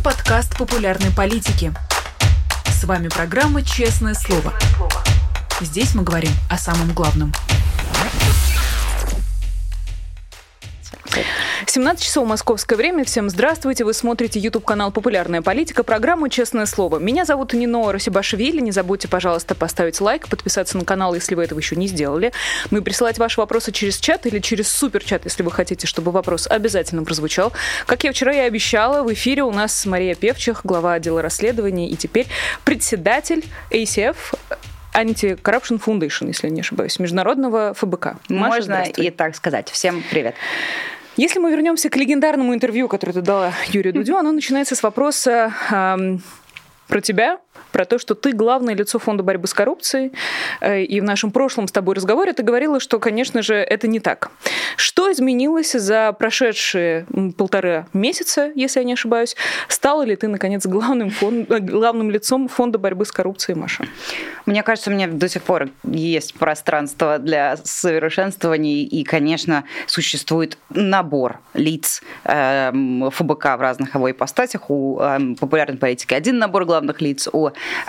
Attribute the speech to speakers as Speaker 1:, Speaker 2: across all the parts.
Speaker 1: подкаст популярной политики. С вами программа «Честное слово». Здесь мы говорим о самом главном.
Speaker 2: 17 часов московское время. Всем здравствуйте. Вы смотрите YouTube-канал «Популярная политика», программу «Честное слово». Меня зовут Нино Расибашвили. Не забудьте, пожалуйста, поставить лайк, подписаться на канал, если вы этого еще не сделали. Ну и присылать ваши вопросы через чат или через суперчат, если вы хотите, чтобы вопрос обязательно прозвучал. Как я вчера и обещала, в эфире у нас Мария Певчих, глава отдела расследований и теперь председатель ACF, Anti-Corruption Foundation, если не ошибаюсь, международного ФБК. Маша,
Speaker 3: можно и так сказать. Всем привет.
Speaker 2: Если мы вернемся к легендарному интервью, которое ты дала Юрию Дудю, оно начинается с вопроса про тебя, про то, что ты главное лицо Фонда борьбы с коррупцией. И в нашем прошлом с тобой разговоре ты говорила, что, конечно же, это не так. Что изменилось за прошедшие 1,5 месяца, если я не ошибаюсь? Стала ли ты, наконец, главным лицом Фонда борьбы с коррупцией, Маша?
Speaker 3: Мне кажется, у меня до сих пор есть пространство для совершенствований, и, конечно, существует набор лиц ФБК в разных его ипостасях. У популярной политики один набор главных лиц, у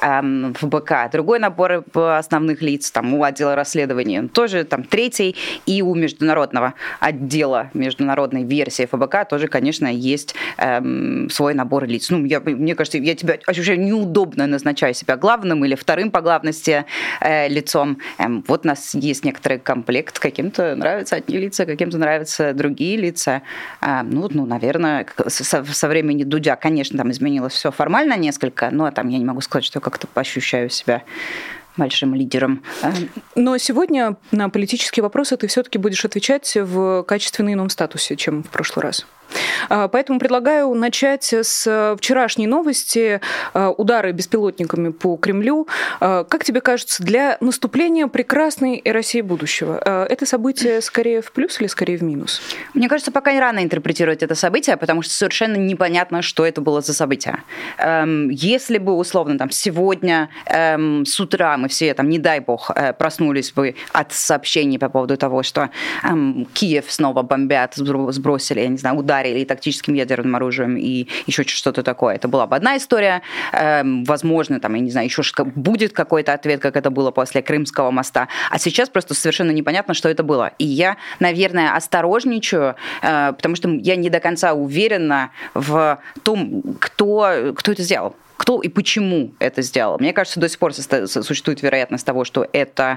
Speaker 3: ФБК другой набор основных лиц, там, у отдела расследований тоже там третий, и у международного отдела, международной версии ФБК тоже, конечно, есть свой набор лиц. Ну, мне кажется, я тебя ощущаю неудобно, назначаю себя главным или вторым по главности лицом. Вот у нас есть некоторый комплект, каким-то нравятся одни лица, каким-то нравятся другие лица. Наверное, со времени Дудя, конечно, там изменилось все формально несколько, но там я не могу сказать, что я как-то ощущаю себя большим лидером.
Speaker 2: Но сегодня на политические вопросы ты все-таки будешь отвечать в качественно ином статусе, чем в прошлый раз. Поэтому предлагаю начать с вчерашней новости. Удары беспилотниками по Кремлю. Как тебе кажется, для наступления прекрасной России будущего это событие скорее в плюс или скорее в минус?
Speaker 3: Мне кажется, пока не рано интерпретировать это событие, потому что совершенно непонятно, что это было за событие. Если бы, условно, там, сегодня с утра мы все, там, не дай бог, проснулись бы от сообщений по поводу того, что Киев снова бомбят, сбросили, я не знаю, ударили и тактическим ядерным оружием, и еще что-то такое. Это была бы одна история. Возможно, там, я не знаю, еще будет какой-то ответ, как это было после Крымского моста. А сейчас просто совершенно непонятно, что это было. И я, наверное, осторожничаю, потому что я не до конца уверена в том, кто это сделал. Кто и почему это сделал. Мне кажется, до сих пор существует вероятность того, что это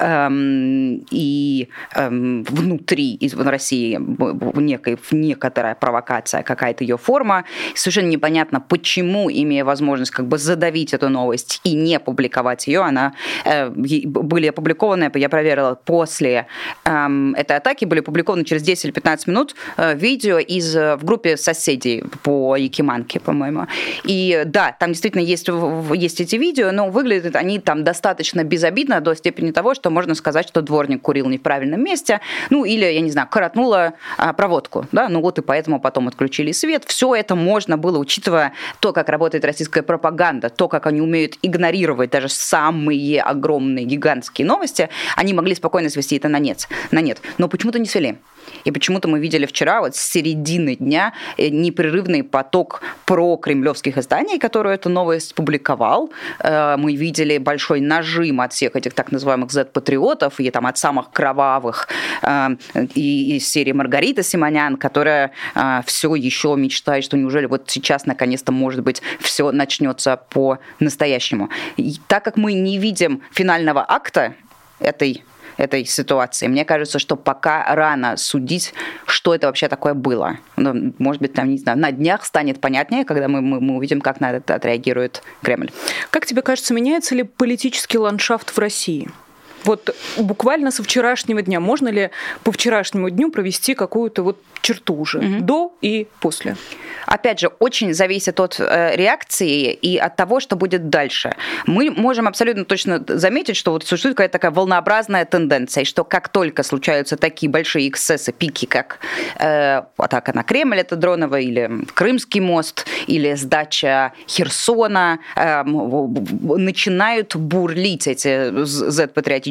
Speaker 3: внутри России некоторая провокация, какая-то ее форма. Совершенно непонятно, почему, имея возможность как бы задавить эту новость и не публиковать ее, были опубликованы, я проверила, после этой атаки, были опубликованы через 10 или 15 минут видео в группе соседей по Якиманке, по-моему. И да, там действительно есть эти видео, но выглядят они там достаточно безобидно до степени того, что можно сказать, что дворник курил не в правильном месте, или, я не знаю, коротнула проводку, да, и поэтому потом отключили свет. Все это можно было, учитывая то, как работает российская пропаганда, то, как они умеют игнорировать даже самые огромные, гигантские новости, они могли спокойно свести это на нет. Но почему-то не свели. И почему-то мы видели вчера, с середины дня, непрерывный поток прокремлевских изданий, которые эту новость публиковал. Мы видели большой нажим от всех этих так называемых Z-патриотов и там от самых кровавых и из серии Маргарита Симонян, которая все еще мечтает, что неужели вот сейчас наконец-то, может быть, все начнется по-настоящему. И так как мы не видим финального акта этой ситуации. Мне кажется, что пока рано судить, что это вообще такое было. Может быть, там, не знаю, на днях станет понятнее, когда мы увидим, как на это отреагирует Кремль.
Speaker 2: Как тебе кажется, меняется ли политический ландшафт в России? Вот буквально со вчерашнего дня. Можно ли по вчерашнему дню провести какую-то черту уже до и после?
Speaker 3: Опять же, очень зависит от реакции и от того, что будет дальше. Мы можем абсолютно точно заметить, что существует какая-то такая волнообразная тенденция, что как только случаются такие большие эксцессы, пики, как атака на Кремль, это дроново, или Крымский мост, или сдача Херсона, начинают бурлить эти Z-патриотические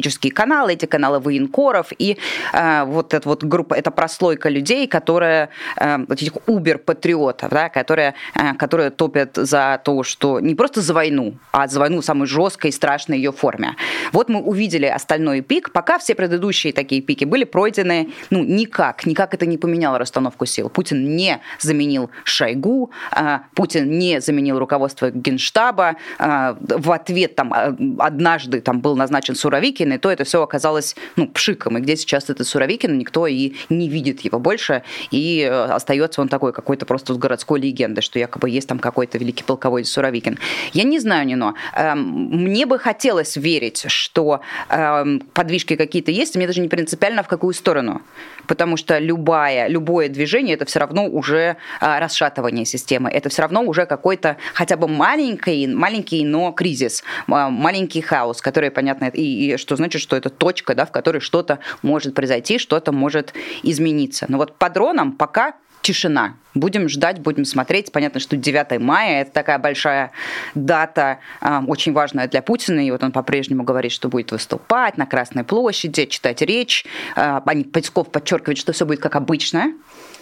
Speaker 3: политические каналы, эти каналы военкоров, и вот эта вот группа, это прослойка людей, которые, этих убер-патриотов, да, которые топят за то, что не просто за войну, а за войну в самой жесткой и страшной ее форме. Вот мы увидели остальной пик, пока все предыдущие такие пики были пройдены, никак это не поменяло расстановку сил. Путин не заменил Шойгу, Путин не заменил руководство Генштаба, в ответ там однажды там был назначен Суровикин, и то это все оказалось пшиком, и где сейчас этот Суровикин, никто и не видит его больше, и остается он такой какой-то просто городской легендой, что якобы есть там какой-то великий полководец Суровикин. Я не знаю, Нино, мне бы хотелось верить, что подвижки какие-то есть, мне даже не принципиально в какую сторону, потому что любое движение это все равно уже расшатывание системы, это все равно уже какой-то хотя бы маленький, но кризис, маленький хаос, который, понятно, и что значит, что это точка, да, в которой что-то может произойти, что-то может измениться. Но вот по дронам пока тишина. Будем ждать, будем смотреть. Понятно, что 9 мая – это такая большая дата, очень важная для Путина. И вот он по-прежнему говорит, что будет выступать на Красной площади, читать речь. Песков подчеркивает, что все будет как обычно.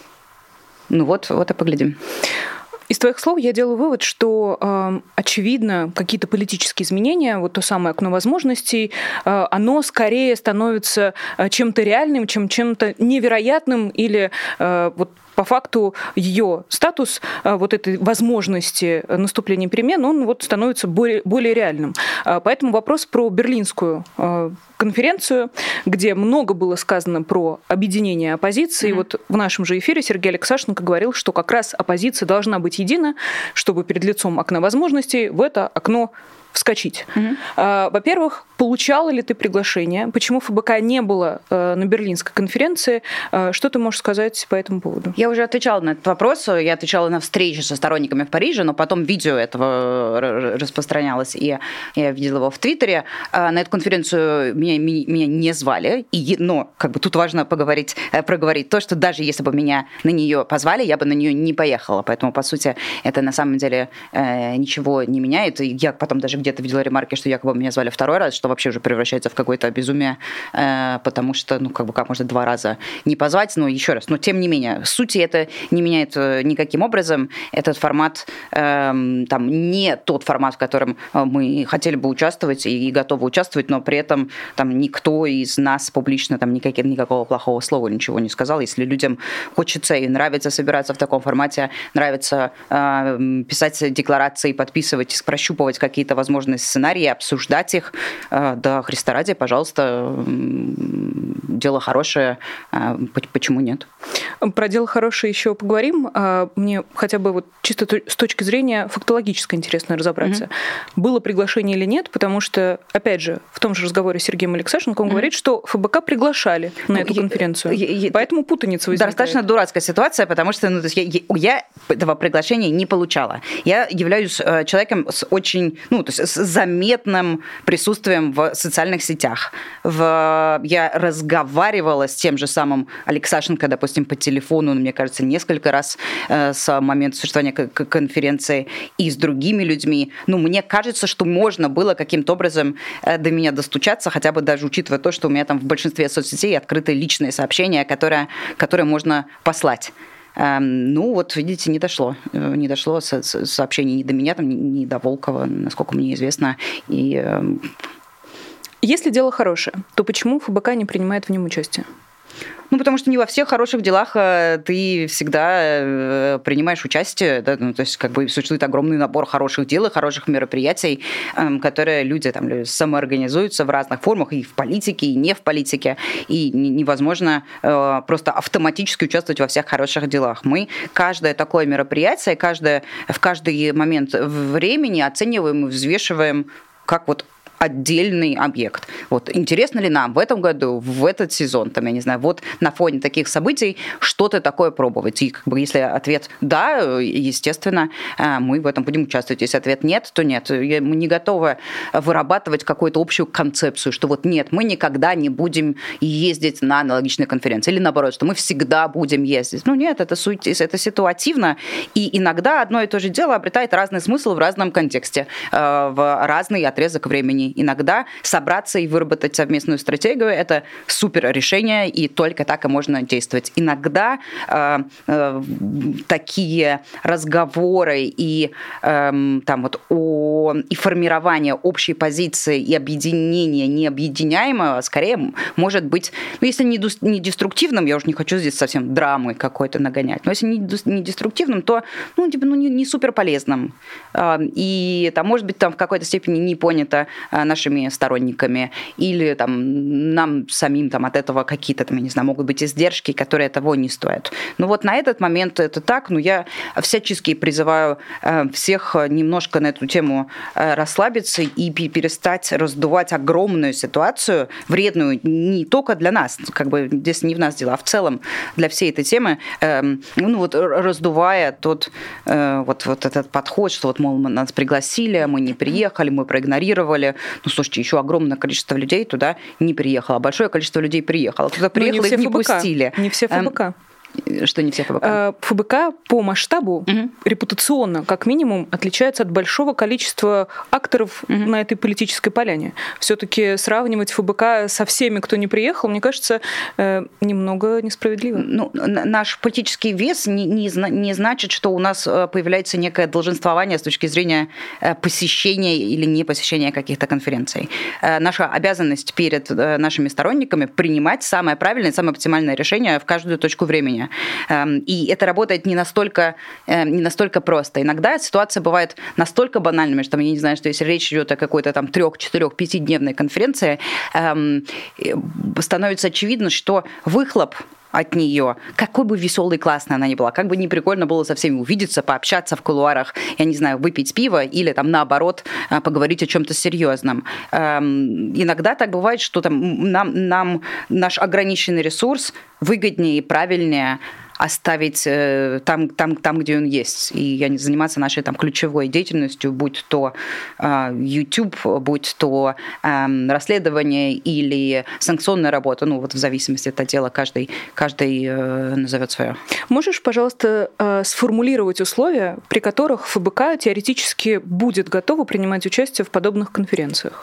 Speaker 3: Вот и поглядим.
Speaker 2: Из твоих слов я делаю вывод, что, очевидно, какие-то политические изменения, вот то самое окно возможностей, оно скорее становится чем-то реальным, чем чем-то невероятным или вот по факту ее статус вот этой возможности наступления перемен, он вот становится более реальным. Поэтому вопрос про Берлинскую конференцию, где много было сказано про объединение оппозиции. Вот в нашем же эфире Сергей Алексашенко говорил, что как раз оппозиция должна быть едина, чтобы перед лицом окна возможностей в это окно вскочить. Во-первых, получала ли ты приглашение? Почему ФБК не было на Берлинской конференции? Что ты можешь сказать по этому поводу?
Speaker 3: Я уже отвечала на этот вопрос. Я отвечала на встрече со сторонниками в Париже, но потом видео этого распространялось, и я видела его в Твиттере. На эту конференцию меня не звали, но как бы тут важно проговорить то, что даже если бы меня на нее позвали, я бы на нее не поехала. Поэтому, по сути, это на самом деле ничего не меняет. Я потом даже где-то видела ремарки, что якобы меня звали второй раз, что вообще уже превращается в какое-то безумие, потому что, как можно 2 раза не позвать, но еще раз, но тем не менее, сути это не меняет никаким образом. Этот формат, там, не тот формат, в котором мы хотели бы участвовать и готовы участвовать, но при этом там никто из нас публично там никакого плохого слова ничего не сказал. Если людям хочется и нравится собираться в таком формате, нравится писать декларации, подписывать, прощупывать какие-то возможные сценарии, обсуждать их. Да, Христа ради, пожалуйста, дело хорошее, почему нет?
Speaker 2: Про дело хорошее еще поговорим. Мне хотя бы вот чисто с точки зрения фактологически интересно разобраться. Было приглашение или нет, потому что, опять же, в том же разговоре с Сергеем Алексашенко он говорит, что ФБК приглашали на эту конференцию. Поэтому путаница возникает.
Speaker 3: Достаточно дурацкая ситуация, потому что я этого приглашения не получала. Я являюсь человеком с очень, с заметным присутствием в социальных сетях. Я разговаривала с тем же самым Алексашенко, допустим, по телефону, мне кажется, несколько раз с момента существования конференции и с другими людьми. Мне кажется, что можно было каким-то образом до меня достучаться, хотя бы даже учитывая то, что у меня там в большинстве соцсетей открыты личные сообщения, которые можно послать. Видите, не дошло сообщений ни до меня, ни до Волкова, насколько мне известно.
Speaker 2: Если дело хорошее, то почему ФБК не принимает в нем участие?
Speaker 3: Потому что не во всех хороших делах ты всегда принимаешь участие, да? То есть существует огромный набор хороших дел и хороших мероприятий, которые люди там самоорганизуются в разных формах, и в политике, и не в политике, и невозможно просто автоматически участвовать во всех хороших делах. Мы каждое такое мероприятие, в каждый момент времени оцениваем и взвешиваем как отдельный объект. Интересно ли нам в этом году, в этот сезон, на фоне таких событий что-то такое пробовать? И если ответ «да», естественно, мы в этом будем участвовать. Если ответ «нет», то нет. Мы не готовы вырабатывать какую-то общую концепцию, что нет, мы никогда не будем ездить на аналогичные конференции. Или наоборот, что мы всегда будем ездить. Нет, это ситуативно. И иногда одно и то же дело обретает разный смысл в разном контексте, в разный отрезок времени. решений. Иногда собраться и выработать совместную стратегию – это супер решение, и только так и можно действовать. Иногда такие разговоры и формирование общей позиции и объединение необъединяемого скорее может быть, если не деструктивным, я уже не хочу здесь совсем драмы какой-то нагонять, но если не деструктивным, то не супер полезным. И может быть в какой-то степени не понято нашими сторонниками, или нам самим от этого какие-то, я не знаю, могут быть издержки, которые того не стоят. На этот момент это так, я всячески призываю всех немножко на эту тему расслабиться и перестать раздувать огромную ситуацию, вредную не только для нас, здесь не в нас дело, а в целом для всей этой темы, раздувая этот подход, что мол, нас пригласили, мы не приехали, мы проигнорировали. Слушайте, еще огромное количество людей туда не приехало, большое количество людей приехало. Туда приехало, их не пустили.
Speaker 2: Не все ФБК.
Speaker 3: Что не все ФБК?
Speaker 2: ФБК по масштабу репутационно, как минимум, отличается от большого количества акторов на этой политической поляне. Все-таки сравнивать ФБК со всеми, кто не приехал, мне кажется, немного несправедливо.
Speaker 3: Наш политический вес не значит, что у нас появляется некое долженствование с точки зрения посещения или не посещения каких-то конференций. Наша обязанность перед нашими сторонниками принимать самое правильное, самое оптимальное решение в каждую точку времени. И это работает не настолько просто. Иногда ситуация бывает настолько банальными, что я не знаю, что если речь идет о какой-то 3, 4, 5-дневной конференции, становится очевидно, что выхлоп от нее, какой бы веселой и классной она ни была, как бы не прикольно было со всеми увидеться, пообщаться в кулуарах, я не знаю, выпить пиво или наоборот поговорить о чем-то серьезном. Иногда так бывает, что нам наш ограниченный ресурс выгоднее и правильнее оставить там, где он есть, и заниматься нашей ключевой деятельностью, будь то YouTube, будь то расследование или санкционная работа, в зависимости от дела, каждый назовет свое.
Speaker 2: Можешь, пожалуйста, сформулировать условия, при которых ФБК теоретически будет готова принимать участие в подобных конференциях?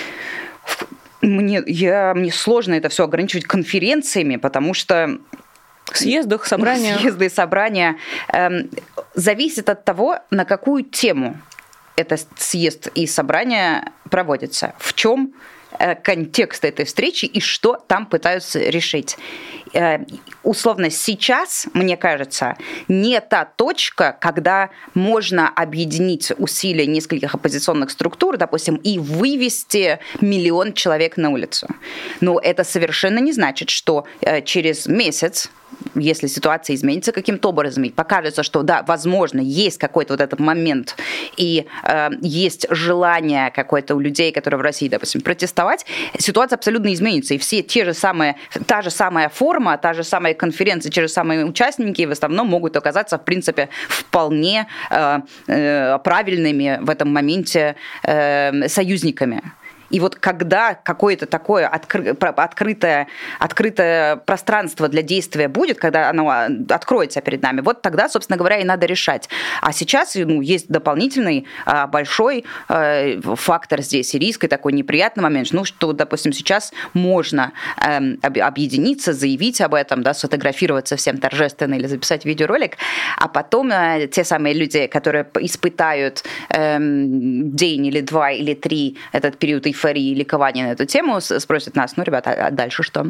Speaker 3: Мне сложно это все ограничивать конференциями, потому что
Speaker 2: съездах, собраниях.
Speaker 3: Съезды и собрания. Зависит от того, на какую тему этот съезд и собрание проводится, в чем контекст этой встречи и что там пытаются решить. Условно, сейчас, мне кажется, не та точка, когда можно объединить усилия нескольких оппозиционных структур, допустим, и вывести 1 миллион человек на улицу. Но это совершенно не значит, что через месяц, если ситуация изменится каким-то образом, и покажется, что да, возможно, есть какой-то этот момент, и есть желание какое-то у людей, которые в России, допустим, протестовать, ситуация абсолютно изменится, и все та же самая форма, та же самая конференция, те же самые участники в основном могут оказаться, в принципе, вполне правильными в этом моменте союзниками. И когда какое-то такое открытое пространство для действия будет, когда оно откроется перед нами, тогда, собственно говоря, и надо решать. А сейчас есть дополнительный большой фактор здесь, и риск, и такой неприятный момент, что, допустим, сейчас можно объединиться, заявить об этом, сфотографироваться всем торжественно или записать видеоролик, а потом те самые люди, которые испытают день или 2 или 3 этот период эйфории и ликования на эту тему, спросят нас, ребята, а дальше что?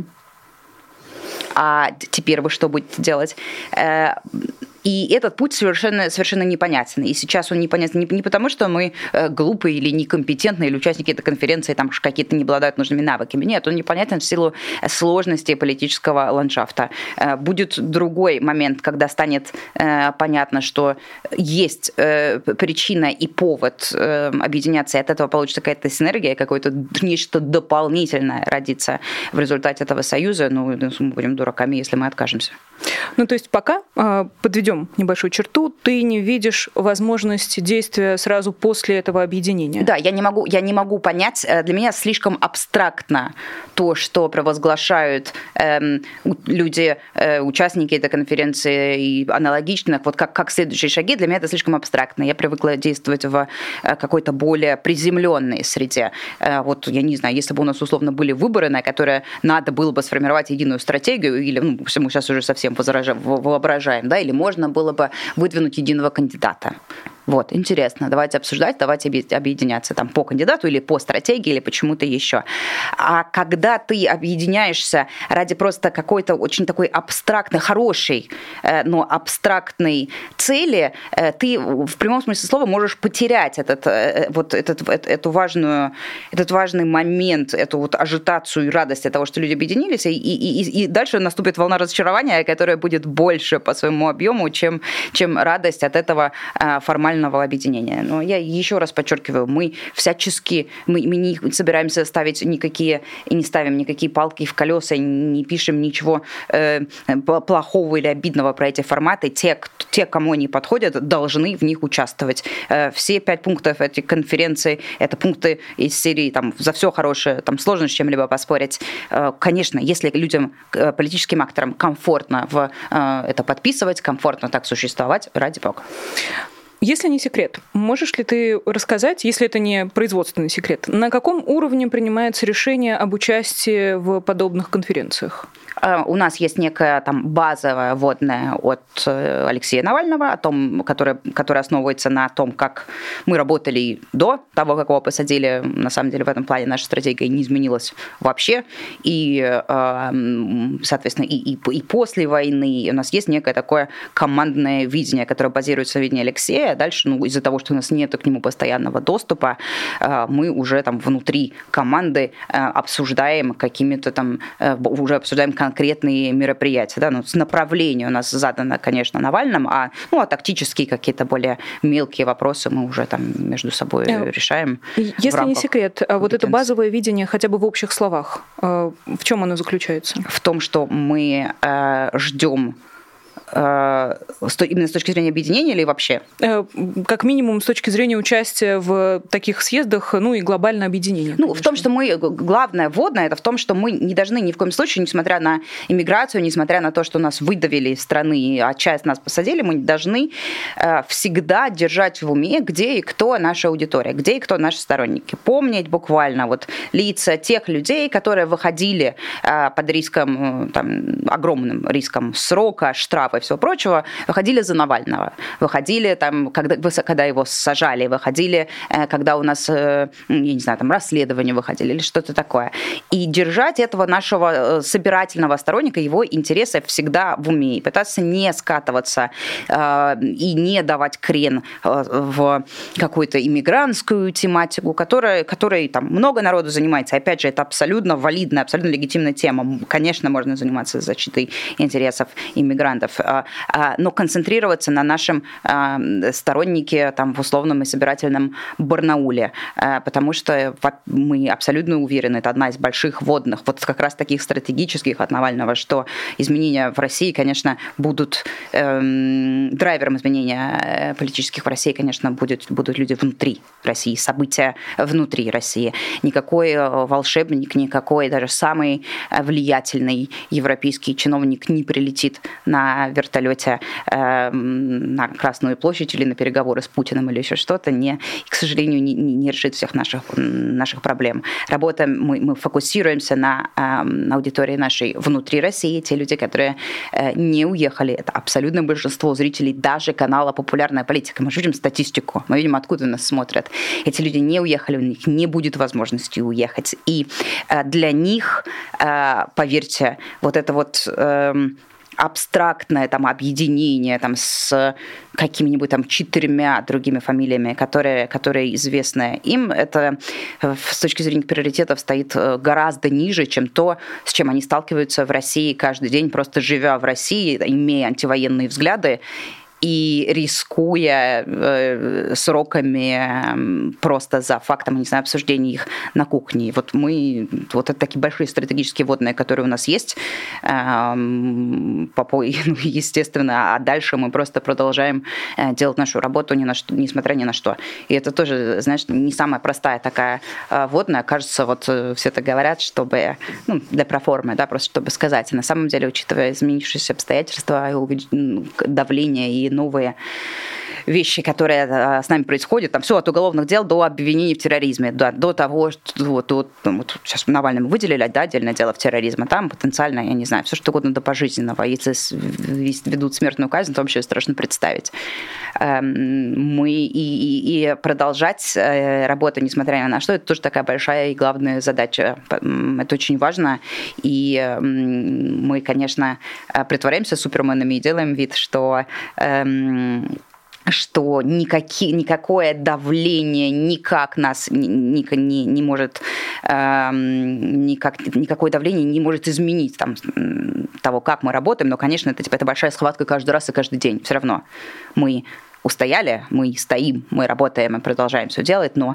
Speaker 3: А теперь вы что будете делать? И этот путь совершенно непонятен. И сейчас он непонятен не потому, что мы глупые или некомпетентные, или участники этой конференции там какие-то не обладают нужными навыками. Нет, он непонятен в силу сложности политического ландшафта. Будет другой момент, когда станет понятно, что есть причина и повод объединяться, и от этого получится какая-то синергия, какое-то нечто дополнительное родится в результате этого союза. Мы будем дураками, если мы откажемся.
Speaker 2: Ну, то есть пока, подведем небольшую черту, ты не видишь возможности действия сразу после этого объединения?
Speaker 3: Да, я не могу понять, для меня слишком абстрактно то, что провозглашают люди, участники этой конференции и аналогичных, вот как следующие шаги, для меня это слишком абстрактно. Я привыкла действовать в какой-то более приземленной среде. Вот, я не знаю, если бы у нас условно были выборы, на которые надо было бы сформировать единую стратегию, или мы сейчас уже совсем воображаем, да, или можно было бы выдвинуть единого кандидата. Вот, интересно, давайте обсуждать, давайте объединяться там по кандидату или по стратегии, или почему-то еще. А когда ты объединяешься ради просто какой-то очень такой абстрактной, хорошей, но абстрактной цели, ты в прямом смысле слова можешь потерять этот важный момент, эту вот ажитацию и радость от того, что люди объединились, и дальше наступит волна разочарования, которая будет больше по своему объему, чем радость от этого формального объединения. Но я еще раз подчеркиваю, мы не собираемся ставить никакие и не ставим никакие палки в колеса, не пишем ничего плохого или обидного про эти форматы. Те, кому они подходят, должны в них участвовать. Все 5 пунктов этой конференции — это пункты из серии там, «За все хорошее», там сложно с чем-либо поспорить. Конечно, если людям, политическим акторам комфортно это подписывать, комфортно так существовать, ради бога.
Speaker 2: Если не секрет, можешь ли ты рассказать, если это не производственный секрет, на каком уровне принимается решение об участии в подобных конференциях?
Speaker 3: У нас есть некая там базовая вводная от Алексея Навального, которая основывается на том, как мы работали до того, как его посадили. На самом деле в этом плане наша стратегия не изменилась вообще. И, соответственно, и после войны у нас есть некое такое командное видение, которое базируется на видении Алексея. Дальше, из-за того, что у нас нет к нему постоянного доступа, мы уже там внутри команды обсуждаем конкретные мероприятия. Да? Направление у нас задано, конечно, Навальным, а тактические какие-то более мелкие вопросы мы уже там между собой решаем.
Speaker 2: Если не секрет, вот это базовое видение хотя бы в общих словах, в чем оно заключается?
Speaker 3: В том, что мы ждем именно с точки зрения объединения или вообще?
Speaker 2: Как минимум с точки зрения участия в таких съездах, и глобальное объединение.
Speaker 3: В том, что главное вводное, это в том, что мы не должны ни в коем случае, несмотря на иммиграцию, несмотря на то, что нас выдавили из страны, а часть нас посадили, мы должны всегда держать в уме, где и кто наша аудитория, где и кто наши сторонники. Помнить буквально лица тех людей, которые выходили под риском, огромным риском срока, штрафа и всего прочего, выходили за Навального, выходили когда его сажали, выходили, когда у нас, расследования выходили или что-то такое. И держать этого нашего собирательного сторонника, его интересы всегда в уме, и пытаться не скатываться и не давать крен в какую-то иммигрантскую тематику, которой там много народу занимается. Опять же, это абсолютно валидная, абсолютно легитимная тема. Конечно, можно заниматься защитой интересов иммигрантов, но концентрироваться на нашем стороннике в условном и собирательном Барнауле, потому что мы абсолютно уверены, это одна из больших вводных, как раз таких стратегических от Навального, что изменения в России, конечно, будут драйвером изменения политических в России, конечно, будут люди внутри России, события внутри России. Никакой волшебник, никакой даже самый влиятельный европейский чиновник не прилетит на вертолете на Красную площадь или на переговоры с Путиным или еще что-то, к сожалению, не решит всех наших проблем. Работаем, мы фокусируемся на аудитории нашей внутри России, те люди, которые не уехали, это абсолютное большинство зрителей даже канала «Популярная политика». Мы же видим статистику, мы видим, откуда нас смотрят. Эти люди не уехали, у них не будет возможности уехать. И для них, поверьте, абстрактное объединение с какими-нибудь 4 другими фамилиями, которые известны им, это с точки зрения приоритетов стоит гораздо ниже, чем то, с чем они сталкиваются в России каждый день, просто живя в России, имея антивоенные взгляды. и рискуя сроками просто за фактом, не знаю, обсуждения их на кухне. Вот это такие большие стратегические водные, которые у нас есть, естественно, а дальше мы просто продолжаем делать нашу работу несмотря ни на что. И это тоже, знаешь, не самая простая такая водная. Кажется, вот все это говорят, чтобы, для проформы, да, просто чтобы сказать. И на самом деле, учитывая изменившиеся обстоятельства, давление и новые вещи, которые с нами происходят, там все от уголовных дел до обвинений в терроризме, до того, что вот сейчас Навальному выделили, да, отдельное дело в терроризме, там потенциально, я не знаю, все что угодно до пожизненного. Если ведут смертную казнь, то вообще страшно представить. Мы и продолжать работу, несмотря ни на что, это тоже такая большая и главная задача. Это очень важно. И мы, конечно, притворяемся суперменами и делаем вид, что никакое давление никак нас не может, никакое давление не может изменить того, как мы работаем, но, конечно, это большая схватка каждый раз и каждый день. Все равно мы устояли, мы стоим, мы работаем и продолжаем все делать, но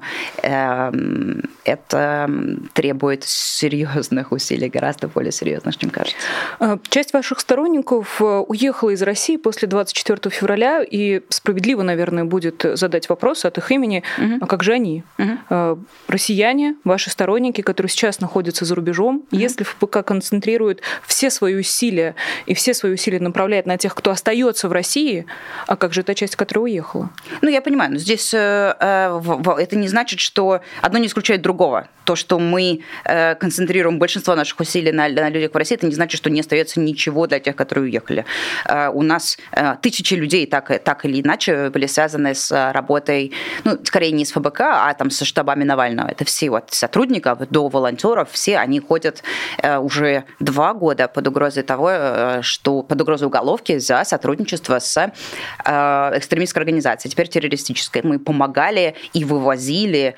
Speaker 3: это требует серьезных усилий, гораздо более серьезных, чем кажется.
Speaker 2: Часть ваших сторонников уехала из России после 24 февраля, и справедливо, наверное, будет задать вопрос от их имени, а как же они? Россияне, ваши сторонники, которые сейчас находятся за рубежом, если ФБК концентрирует все свои усилия и все свои усилия направляет на тех, кто остается в России, а как же та часть, которая уехала?
Speaker 3: Я понимаю, но здесь это не значит, что одно не исключает другого. То, что мы концентрируем большинство наших усилий на людях в России, это не значит, что не остается ничего для тех, которые уехали. У нас тысячи людей так или иначе были связаны с работой, скорее не с ФБК, а со штабами Навального. Это все от сотрудников до волонтеров, все они ходят уже 2 года под угрозой того, что под угрозой уголовки за сотрудничество с экстремистской организацией, теперь террористической. Мы помогали и вывозили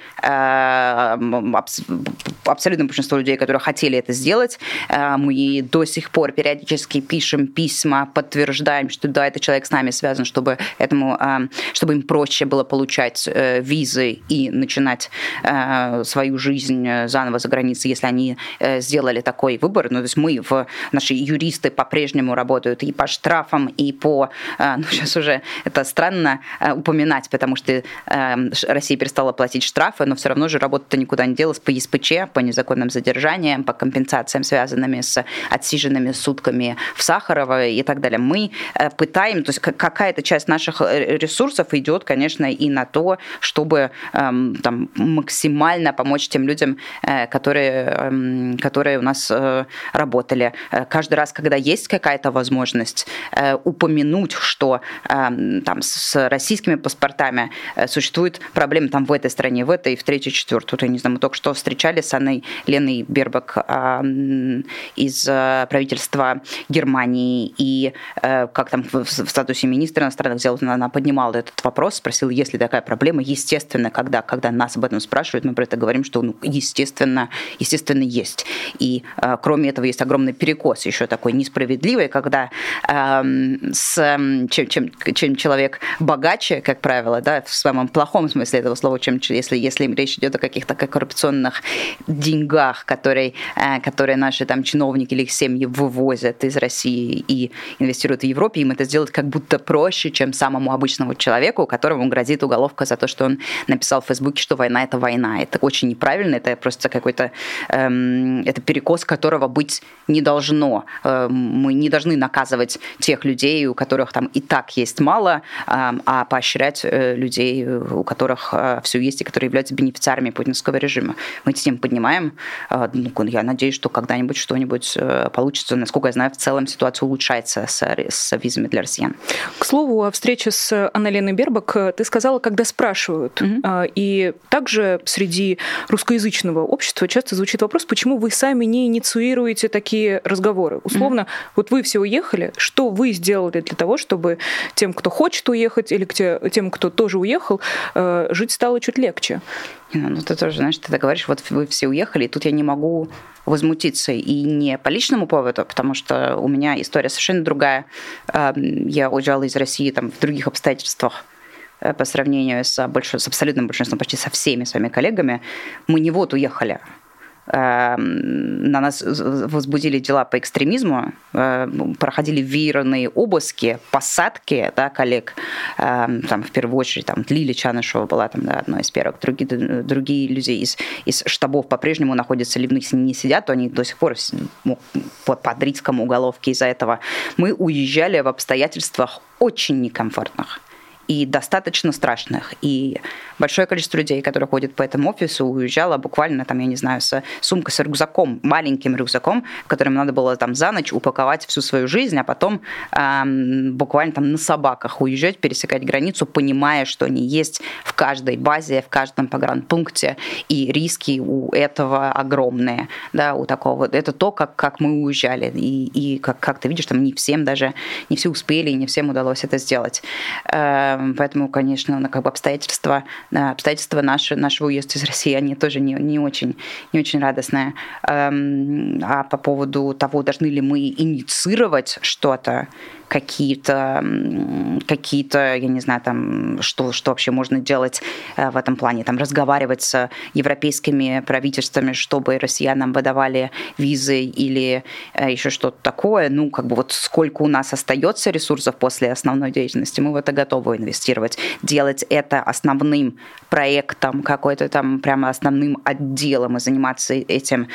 Speaker 3: абсолютное большинство людей, которые хотели это сделать. Мы до сих пор периодически пишем письма, подтверждаем, что да, этот человек с нами связан, чтобы им проще было получать визы и начинать свою жизнь заново за границей, если они сделали такой выбор. То есть наши юристы по-прежнему работают и по штрафам, и по... сейчас уже это странно упоминать, потому что Россия перестала платить штрафы, но все равно же работа-то никуда не делась по ЕСПЧ, по незаконным задержаниям, по компенсациям, связанными с отсиженными сутками в Сахарово и так далее. Мы пытаем, то есть какая-то часть наших ресурсов идет, конечно, и на то, чтобы максимально помочь тем людям, которые у нас работали. Каждый раз, когда есть какая-то возможность упомянуть, что с российскими паспортами существует проблема в этой стране, в этой, в третьей, четвертой. Я не знаю, мы только что встречались с Леной Бербак из правительства Германии, и как в статусе министра иностранных дел она поднимала этот вопрос, спросила, есть ли такая проблема. Естественно, когда нас об этом спрашивают, мы про это говорим, что естественно есть. И кроме этого есть огромный перекос, еще такой несправедливый, когда чем человек богаче, как правило, да, в самом плохом смысле этого слова, чем если речь идет о каких-то коррупционных деньгах, которые наши чиновники или их семьи вывозят из России и инвестируют в Европе, им это сделать как будто проще, чем самому обычному человеку, которому грозит уголовка за то, что он написал в Фейсбуке, что война – это война. Это очень неправильно, это просто какой-то это перекос, которого быть не должно. Мы не должны наказывать тех людей, у которых и так есть мало, а поощрять людей, у которых все есть и которые являются бенефициарами путинского режима. Мы эти темы поднимаем. Я надеюсь, что когда-нибудь что-нибудь получится. Насколько я знаю, в целом ситуация улучшается с визами для россиян.
Speaker 2: К слову, о встрече с Анной-Леной Бербак ты сказала, когда спрашивают. И также среди русскоязычного общества часто звучит вопрос, почему вы сами не инициируете такие разговоры. Условно, вот вы все уехали, что вы сделали для того, чтобы тем, кто хочет уехать, или тем, кто тоже уехал, жить стало чуть легче?
Speaker 3: Ну, ты тоже, знаешь, ты говоришь, вот вы все уехали, и тут я не могу возмутиться. И не по личному поводу, потому что у меня история совершенно другая. Я уезжала из России там, в других обстоятельствах по сравнению с абсолютным большинством, почти со всеми своими коллегами. Мы не вот уехали. На нас возбудили дела по экстремизму, проходили веерные обыски, посадки, да, коллег, там, в первую очередь там, Лили Чанышева была там, да, одной из первых, другие люди из штабов по-прежнему находятся, либо не сидят, то они до сих пор под риском уголовки из-за этого. Мы уезжали в обстоятельствах очень некомфортных и достаточно страшных. И большое количество людей, которые ходят по этому офису, уезжало буквально, там, я не знаю, с сумкой, с рюкзаком, маленьким рюкзаком, в котором надо было там за ночь упаковать всю свою жизнь, а потом буквально там на собаках уезжать, пересекать границу, понимая, что они есть в каждой базе, в каждом погранпункте, и риски у этого огромные. Да, у такого. Это то, как мы уезжали. И как ты видишь, там не всем даже, не все успели, не всем удалось это сделать. Поэтому, конечно, обстоятельства нашего уезда из России, они тоже не очень радостные. А по поводу того, должны ли мы инициировать что-то, какие-то, я не знаю, там, что вообще можно делать в этом плане, там, разговаривать с европейскими правительствами, чтобы россиянам выдавали визы или еще что-то такое. Ну, как бы вот сколько у нас остается ресурсов после основной деятельности, мы в это готовы инвестировать. Делать это основным проектом, какой-то там прямо основным отделом и заниматься этим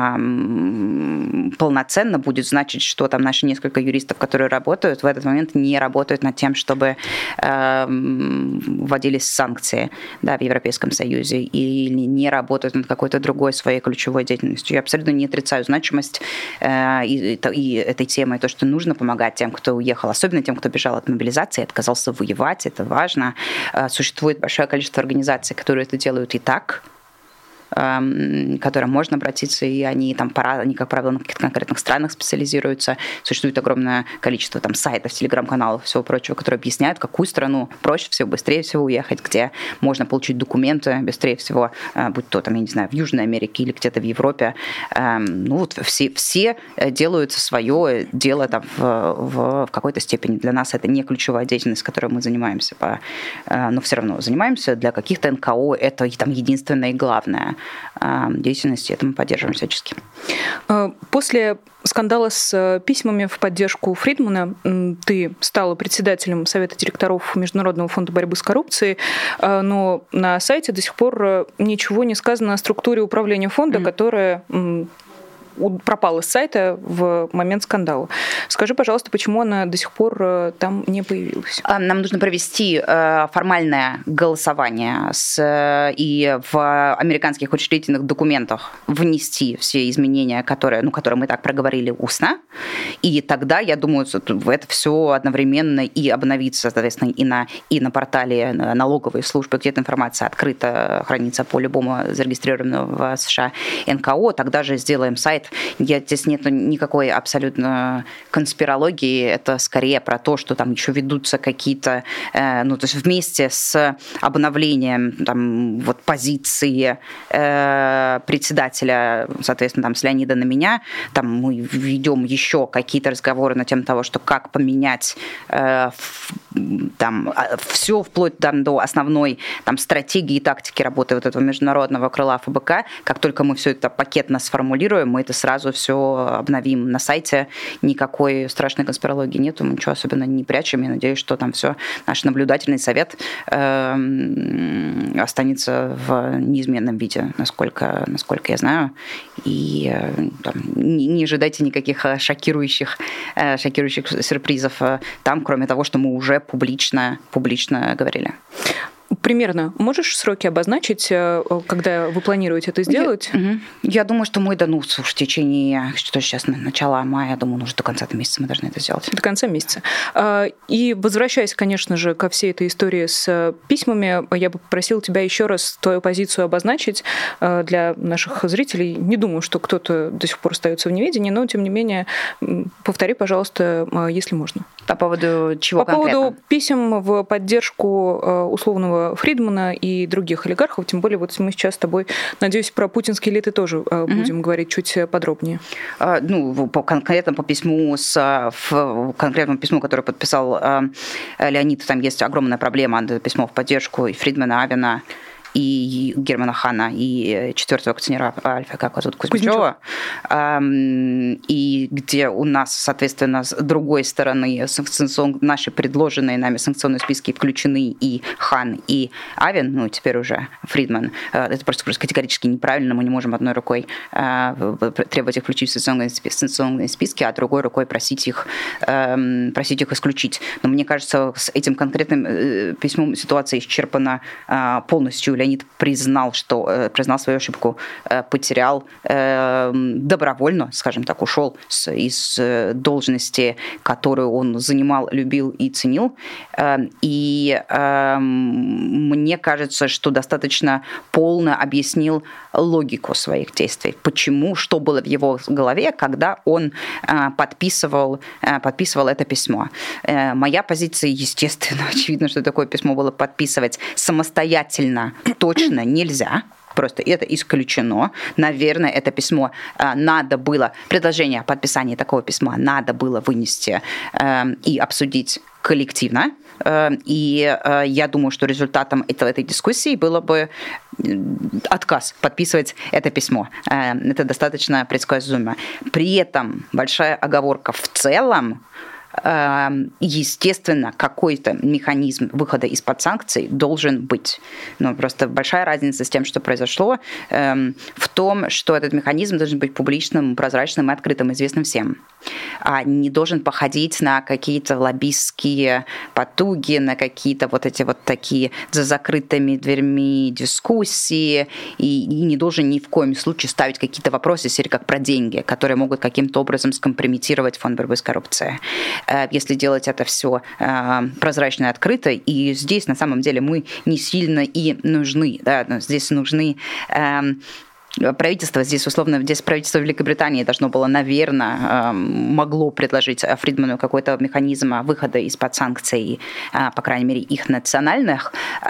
Speaker 3: полноценно будет значить, что там наши несколько юристов, которые работают, в этот момент не работают над тем, чтобы вводились санкции, да, в Европейском Союзе, или не работают над какой-то другой своей ключевой деятельностью. Я абсолютно не отрицаю значимость и этой темы, и то, что нужно помогать тем, кто уехал, особенно тем, кто бежал от мобилизации, отказался воевать, это важно. Существует большое количество организаций, которые это делают и так, к которым можно обратиться, и они, как правило, на каких-то конкретных странах специализируются. Существует огромное количество там, сайтов, телеграм-каналов, всего прочего, которые объясняют, в какую страну проще всего, быстрее всего уехать, где можно получить документы быстрее всего, будь то, там, я не знаю, в Южной Америке или где-то в Европе. Ну, вот все делают свое дело там, в какой-то степени. Для нас это не ключевая деятельность, которой мы занимаемся, но все равно занимаемся. Для каких-то НКО это там, единственное и главное деятельности, это мы поддерживаем всячески.
Speaker 2: После скандала с письмами в поддержку Фридмана ты стала председателем Совета директоров Международного фонда борьбы с коррупцией, но на сайте до сих пор ничего не сказано о структуре управления фонда, которая пропала с сайта в момент скандала. Скажи, пожалуйста, почему она до сих пор там не появилась?
Speaker 3: Нам нужно провести формальное голосование и в американских учредительных документах внести все изменения, которые мы так проговорили устно, и тогда, я думаю, это все одновременно и обновится, соответственно, и на портале налоговой службы, где эта информация открыто хранится по любому зарегистрированному в США НКО, тогда же сделаем сайт. Здесь нет никакой абсолютно конспирологии, это скорее про то, что там еще ведутся какие-то, то есть вместе с обновлением там, вот, позиции председателя, соответственно, там, с Леонида на меня, там мы ведем еще какие-то разговоры на тему того, что как поменять там, все вплоть там, до основной там, стратегии и тактики работы вот этого международного крыла ФБК. Как только мы все это пакетно сформулируем, мы это сразу все обновим на сайте. Никакой страшной конспирологии нету, мы ничего особенно не прячем. Я надеюсь, что там все наш наблюдательный совет останется в неизменном виде, насколько я знаю. И там, не ожидайте никаких шокирующих сюрпризов там, кроме того, что мы уже публично говорили.
Speaker 2: Примерно можешь сроки обозначить, когда вы планируете это сделать?
Speaker 3: Я думаю, что мы, в течение, что сейчас, начала мая, я думаю, уже до конца месяца мы должны это сделать.
Speaker 2: До конца месяца. И возвращаясь, конечно же, ко всей этой истории с письмами, я бы попросила тебя еще раз твою позицию обозначить для наших зрителей. Не думаю, что кто-то до сих пор остается в неведении, но, тем не менее, повтори, пожалуйста, если можно.
Speaker 3: По поводу чего конкретно?
Speaker 2: По поводу писем в поддержку условного Фридмана и других олигархов, тем более вот мы сейчас с тобой, надеюсь, про путинские элиты тоже будем говорить чуть подробнее.
Speaker 3: Конкретно по письму, конкретному письму, которое подписал Леонид, там есть огромная проблема, это письмо в поддержку и Фридмана, Авина, и Германа Хана, и 4-го акционера Альфа, как вот тут Кузьмичева, и где у нас, соответственно, с другой стороны наши предложенные нами санкционные списки включены и Хан, и Авин, теперь уже Фридман. Это просто категорически неправильно, мы не можем одной рукой требовать их включить в санкционные списки, а другой рукой просить их исключить. Но мне кажется, с этим конкретным письмом ситуация исчерпана полностью. Леонид признал свою ошибку, потерял добровольно, скажем так, ушел из должности, которую он занимал, любил и ценил. И мне кажется, что достаточно полно объяснил логику своих действий. Почему, что было в его голове, когда он подписывал это письмо. Моя позиция, естественно, очевидно, что такое письмо было подписывать самостоятельно точно нельзя. Просто это исключено. Наверное, это письмо предложение о подписании такого письма надо было вынести и обсудить коллективно. И я думаю, что результатом этой дискуссии было бы отказ подписывать это письмо. Это достаточно предсказуемо. При этом большая оговорка: в целом, естественно, какой-то механизм выхода из-под санкций должен быть. Но просто большая разница с тем, что произошло, в том, что этот механизм должен быть публичным, прозрачным и открытым, известным всем. А не должен походить на какие-то лоббистские потуги, на какие-то вот эти вот такие за закрытыми дверьми дискуссии, и не должен ни в коем случае ставить какие-то вопросы, серии как про деньги, которые могут каким-то образом скомпрометировать фонд борьбы с коррупцией. Если делать это все прозрачно и открыто, и здесь на самом деле мы не сильно и нужны. Да? Здесь нужны правительство, здесь правительство Великобритании должно было, наверное, могло предложить Фридману какой-то механизм выхода из-под санкций, по крайней мере, их национальных,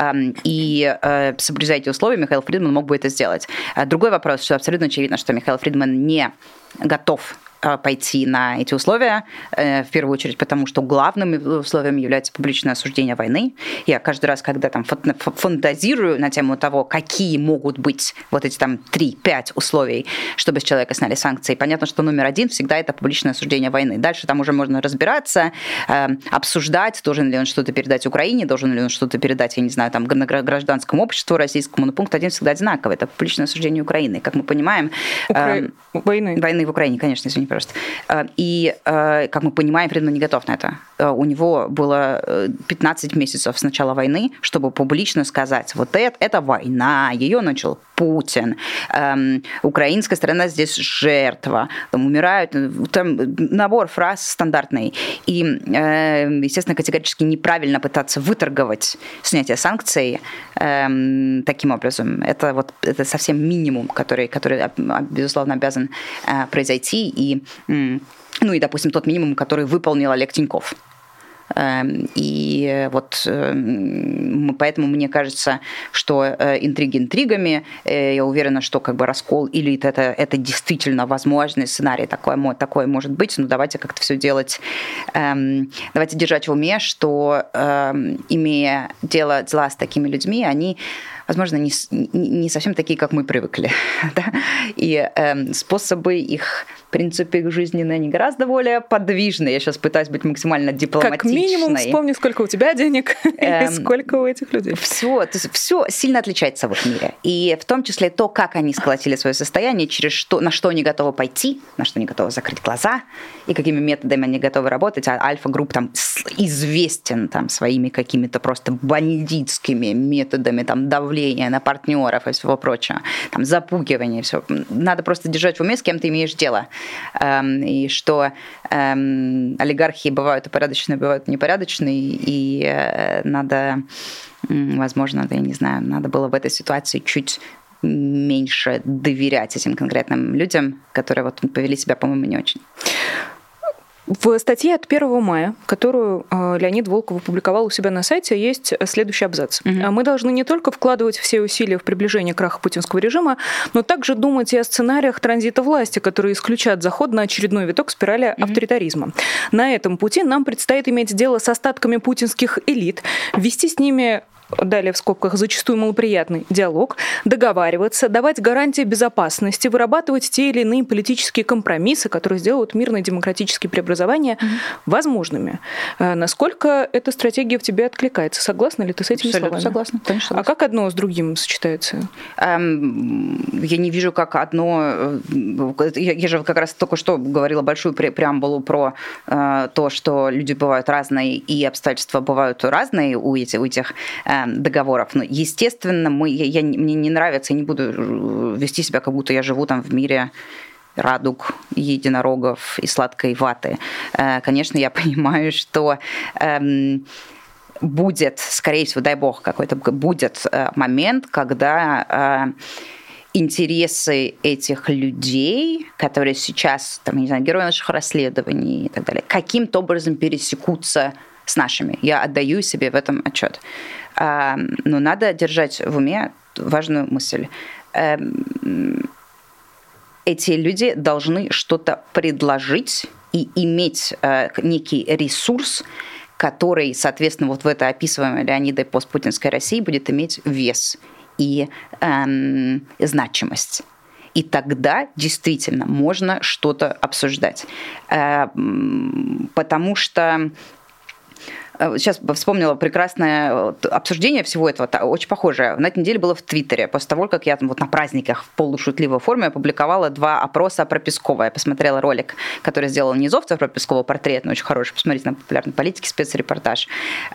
Speaker 3: и соблюдая эти условия, Михаил Фридман мог бы это сделать. Другой вопрос, что абсолютно очевидно, что Михаил Фридман не готов пойти на эти условия, в первую очередь потому, что главным условием является публичное осуждение войны. Я каждый раз, когда там фантазирую на тему того, какие могут быть вот эти там 3-5 условий, чтобы с человека сняли санкции, понятно, что номер один всегда это публичное осуждение войны. Дальше там уже можно разбираться, обсуждать, должен ли он что-то передать Украине, должен ли он что-то передать, я не знаю, там, гражданскому обществу российскому, но пункт один всегда одинаковый. Это публичное осуждение Украины. Как мы понимаем... Войны в Украине, конечно, извини, пожалуйста. И, как мы понимаем, Фридман не готов на это. У него было 15 месяцев с начала войны, чтобы публично сказать, вот это война, ее начал Путин, украинская сторона здесь жертва, там умирают, там набор фраз стандартный. И, естественно, категорически неправильно пытаться выторговать снятие санкций таким образом. Это совсем минимум, который, безусловно, обязан произойти. И, допустим, тот минимум, который выполнил Олег Тиньков. И поэтому мне кажется, что интриги интригами, я уверена, что раскол элит это действительно возможный сценарий, такой может быть, но давайте как-то все делать, давайте держать в уме, что имея дела с такими людьми, они, возможно, не совсем такие, как мы привыкли. Да? И способы их, в принципе, их жизненные, они гораздо более подвижные. Я сейчас пытаюсь быть максимально дипломатичной.
Speaker 2: Как минимум вспомни, сколько у тебя денег и сколько у этих людей.
Speaker 3: Все сильно отличается в их мире. И в том числе то, как они сколотили свое состояние, на что они готовы пойти, на что они готовы закрыть глаза, и какими методами они готовы работать. А Альфа-групп там известен там, своими какими-то просто бандитскими методами там, давления на партнеров и всего прочего, там, запугивания и все. Надо просто держать в уме, с кем ты имеешь дело. И что олигархи бывают упорядоченные, бывают непорядочные, и надо, возможно, я не знаю, надо было в этой ситуации чуть меньше доверять этим конкретным людям, которые повели себя, по-моему, не очень.
Speaker 2: В статье от 1 мая, которую Леонид Волков опубликовал у себя на сайте, есть следующий абзац. Мы должны не только вкладывать все усилия в приближение краха путинского режима, но также думать и о сценариях транзита власти, которые исключат заход на очередной виток спирали авторитаризма. На этом пути нам предстоит иметь дело с остатками путинских элит, вести с ними, далее в скобках, зачастую малоприятный диалог, договариваться, давать гарантии безопасности, вырабатывать те или иные политические компромиссы, которые сделают мирные демократические преобразования возможными. Насколько эта стратегия в тебе откликается? Согласна ли ты с этими словами?
Speaker 3: Согласна, конечно.
Speaker 2: А как одно с другим сочетается?
Speaker 3: Я не вижу, как одно... Я же как раз только что говорила большую преамбулу про то, что люди бывают разные и обстоятельства бывают разные у этих договоров. Но, естественно, мне не нравится, я не буду вести себя, как будто я живу там в мире радуг, единорогов и сладкой ваты. Конечно, я понимаю, что будет, скорее всего, дай бог, какой-то будет момент, когда интересы этих людей, которые сейчас, там, не знаю, герои наших расследований и так далее, каким-то образом пересекутся с нашими. Я отдаю себе в этом отчет. Но надо держать в уме важную мысль. Эти люди должны что-то предложить и иметь некий ресурс, который, соответственно, вот в этой описываемой Леонидой постпутинской России будет иметь вес и значимость. И тогда действительно можно что-то обсуждать. Потому что сейчас вспомнила прекрасное обсуждение всего этого, очень похожее. На этой неделе было в Твиттере, после того, как я там вот на праздниках в полушутливой форме опубликовала 2 опроса про Пескова. Я посмотрела ролик, который сделал Низовцев про Пескова, портрет, очень хороший, посмотрите на популярной политике, спецрепортаж.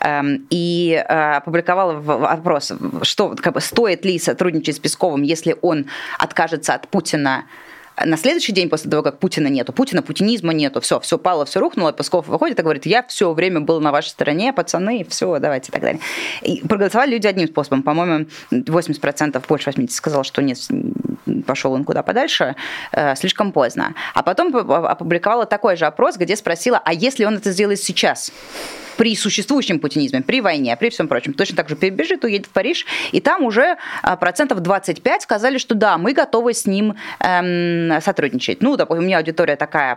Speaker 3: И опубликовала опрос, что, стоит ли сотрудничать с Песковым, если он откажется от Путина на следующий день после того, как Путина нету, путинизма нету, все пало, все рухнуло, Песков выходит и говорит: я все время был на вашей стороне, пацаны, все, давайте и так далее. И проголосовали люди одним способом. По-моему, 80%, больше 80% сказал, что нет, пошел он куда подальше, слишком поздно. А потом опубликовала такой же опрос, где спросила: а если он это сделает сейчас? При существующем путинизме, при войне, при всем прочем, точно так же перебежит, уедет в Париж, и там уже 25% сказали, что да, мы готовы с ним сотрудничать. Ну, допустим, у меня аудитория такая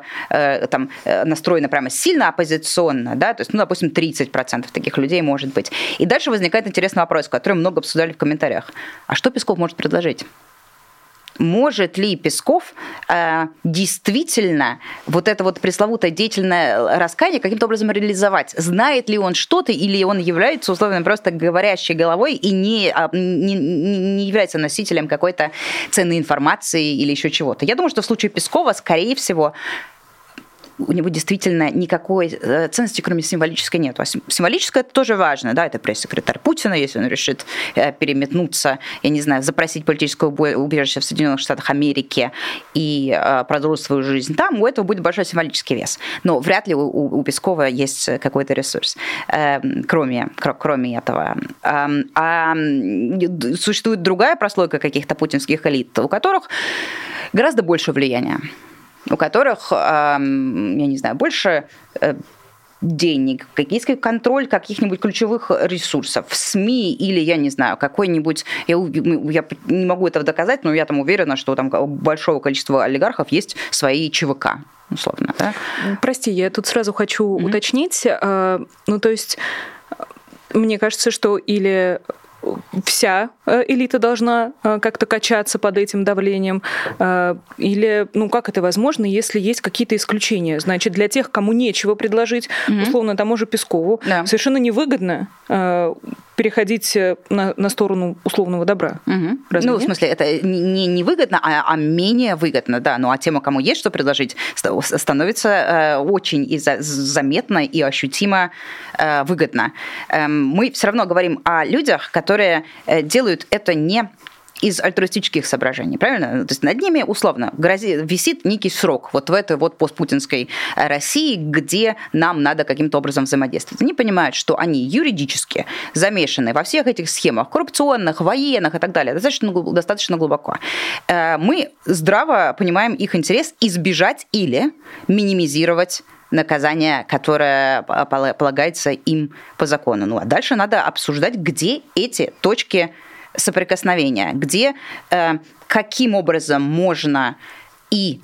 Speaker 3: настроена прямо сильно оппозиционно, да, то есть, допустим, 30% таких людей может быть. И дальше возникает интересный вопрос, который много обсуждали в комментариях. А что Песков может предложить? Может ли Песков действительно вот это вот пресловутое деятельное раскаяние каким-то образом реализовать? Знает ли он что-то, или он является, условно, просто говорящей головой и не является носителем какой-то ценной информации или еще чего-то? Я думаю, что в случае Пескова, скорее всего, у него действительно никакой ценности, кроме символической, нет. А символическое это тоже важно, да, это пресс-секретарь Путина, если он решит переметнуться, я не знаю, запросить политическое убежище в Соединенных Штатах Америки и продолжить свою жизнь там, у этого будет большой символический вес. Но вряд ли у Пескова есть какой-то ресурс, кроме этого. А существует другая прослойка каких-то путинских элит, у которых гораздо больше влияния, у которых, я не знаю, больше денег, есть контроль каких-нибудь ключевых ресурсов, СМИ или, я не знаю, какой-нибудь... Я не могу этого доказать, но я там уверена, что там у большого количества олигархов есть свои ЧВК, условно. Да?
Speaker 2: Прости, я тут сразу хочу уточнить. То есть, мне кажется, что или... вся элита должна как-то качаться под этим давлением? Или, как это возможно, если есть какие-то исключения? Значит, для тех, кому нечего предложить, условно, тому же Пескову, совершенно невыгодно переходить на сторону условного добра. Разве нет?
Speaker 3: В смысле, это не выгодно, а менее выгодно, да. Ну, а тем, кому есть что предложить, становится очень заметно и ощутимо выгодно. Мы все равно говорим о людях, которые делают это не из альтруистических соображений, правильно? То есть над ними, условно, висит некий срок вот в этой вот постпутинской России, где нам надо каким-то образом взаимодействовать. Они понимают, что они юридически замешаны во всех этих схемах, коррупционных, военных и так далее, достаточно глубоко. Мы здраво понимаем их интерес избежать или минимизировать наказание, которое полагается им по закону. Ну, а дальше надо обсуждать, где эти точки соприкосновения, где, каким образом можно и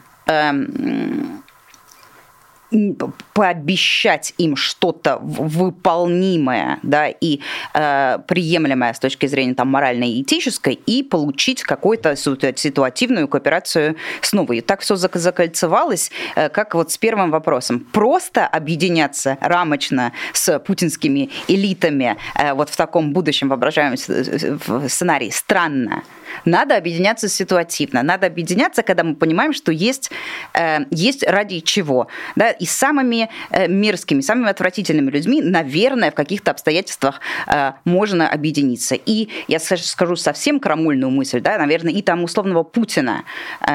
Speaker 3: пообещать им что-то выполнимое, да, и приемлемое с точки зрения там, моральной и этической, и получить какую-то ситуативную кооперацию снова. И так все закольцевалось, как вот с первым вопросом. Просто объединяться рамочно с путинскими элитами вот в таком будущем воображаемом сценарии странно. Надо объединяться ситуативно. Надо объединяться, когда мы понимаем, что есть ради чего. Да? И самыми мерзкими, самыми отвратительными людьми, наверное, в каких-то обстоятельствах можно объединиться. И я скажу совсем крамольную мысль, да, наверное, и там условного Путина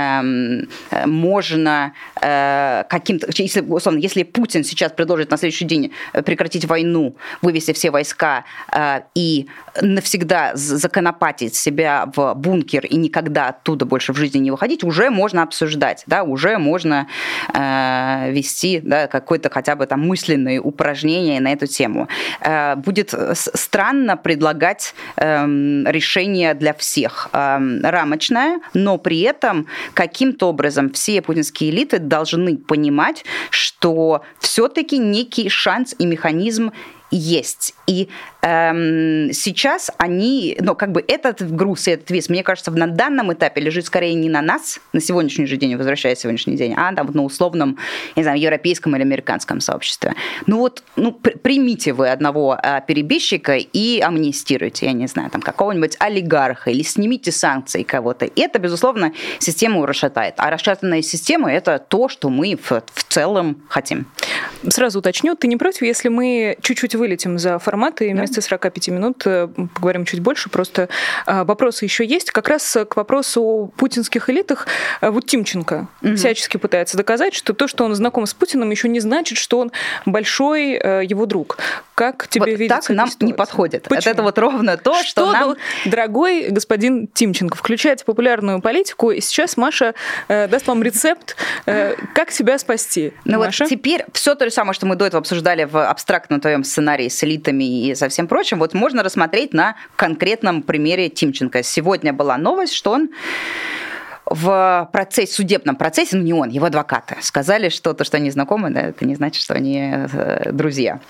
Speaker 3: можно каким-то... Если Путин сейчас предложит на следующий день прекратить войну, вывести все войска и навсегда законопатить себя в бункер и никогда оттуда больше в жизни не выходить, уже можно обсуждать, да, уже можно вести, да, какое-то хотя бы там мысленные упражнения на эту тему. Будет странно предлагать решение для всех рамочное, но при этом каким-то образом все путинские элиты должны понимать, что все-таки некий шанс и механизм есть. И сейчас они, как бы этот груз и этот вес, мне кажется, на данном этапе лежит скорее не на нас, на сегодняшний же день, возвращаясь в сегодняшний день, а там, на условном, не знаю, европейском или американском сообществе. Примите вы одного перебежчика и амнистируйте, я не знаю, там какого-нибудь олигарха или снимите санкции кого-то. И это, безусловно, систему расшатает. А расшатанная система – это то, что мы в целом хотим.
Speaker 2: Сразу уточню, ты не против, если мы чуть-чуть вылетим за формат и вместо 45 минут поговорим чуть больше, просто вопросы еще есть. Как раз к вопросу о путинских элитах. Вот Тимченко всячески пытается доказать, что то, что он знаком с Путиным, еще не значит, что он большой его друг. Как тебе видится
Speaker 3: так нам
Speaker 2: ситуация?
Speaker 3: Не подходит.
Speaker 2: Почему?
Speaker 3: Это вот ровно то, что нам...
Speaker 2: Дорогой господин Тимченко, включайте популярную политику, и сейчас Маша даст вам рецепт, как себя спасти. Маша?
Speaker 3: Вот теперь все то же самое, что мы до этого обсуждали в абстрактном твоем сценарии с элитами и со всем прочим, вот можно рассмотреть на конкретном примере Тимченко. Сегодня была новость, что он в судебном процессе, не он, его адвокаты, сказали, что то, что они знакомы, да, это не значит, что они друзья.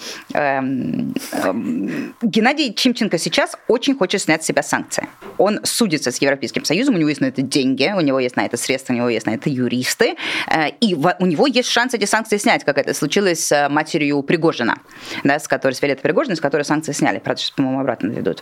Speaker 3: Геннадий Тимченко сейчас очень хочет снять с себя санкции. Он судится с Европейским Союзом, у него есть на это деньги, у него есть на это средства, у него есть на это юристы, и у него есть шанс эти санкции снять, как это случилось с матерью Пригожина, да, с Виолеттой Пригожиной, с которой санкции сняли, правда, сейчас, по-моему, обратно ведут.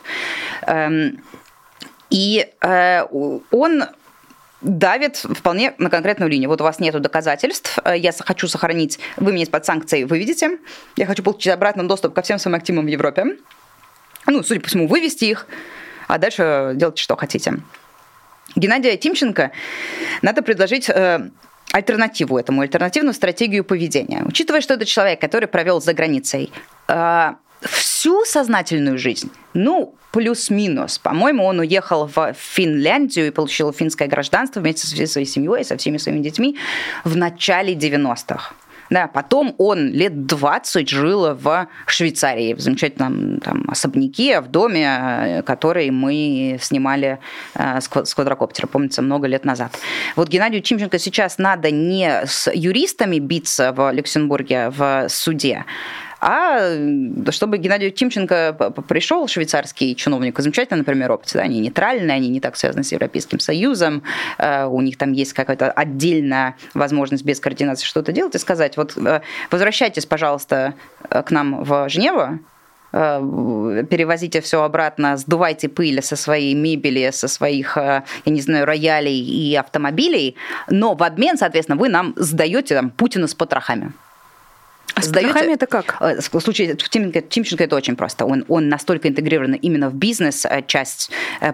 Speaker 3: И он давит вполне на конкретную линию. Вот у вас нет доказательств, я хочу сохранить, вы меня из-под санкций выведете, я хочу получить обратно доступ ко всем своим активам в Европе, судя по всему, вывести их, а дальше делайте, что хотите. Геннадию Тимченко надо предложить альтернативу этому, альтернативную стратегию поведения. Учитывая, что это человек, который провел за границей всю сознательную жизнь, плюс-минус. По-моему, он уехал в Финляндию и получил финское гражданство вместе со своей семьей, со всеми своими детьми в начале 90-х. Да, потом он лет 20 жил в Швейцарии, в замечательном особняке, в доме, который мы снимали с квадрокоптера, помнится, много лет назад. Вот Геннадию Тимченко сейчас надо не с юристами биться в Люксембурге в суде, а чтобы Геннадию Тимченко пришел швейцарский чиновник, замечательный, например, опыт, да, они нейтральные, они не так связаны с Европейским Союзом, у них там есть какая-то отдельная возможность без координации что-то делать и сказать, вот возвращайтесь, пожалуйста, к нам в Женеву, перевозите все обратно, сдувайте пыль со своей мебели, со своих, я не знаю, роялей и автомобилей, но в обмен, соответственно, вы нам сдаете Путина с потрохами.
Speaker 2: А с потрохами это как?
Speaker 3: В случае Тимченко это очень просто. Он настолько интегрирован именно в бизнес-часть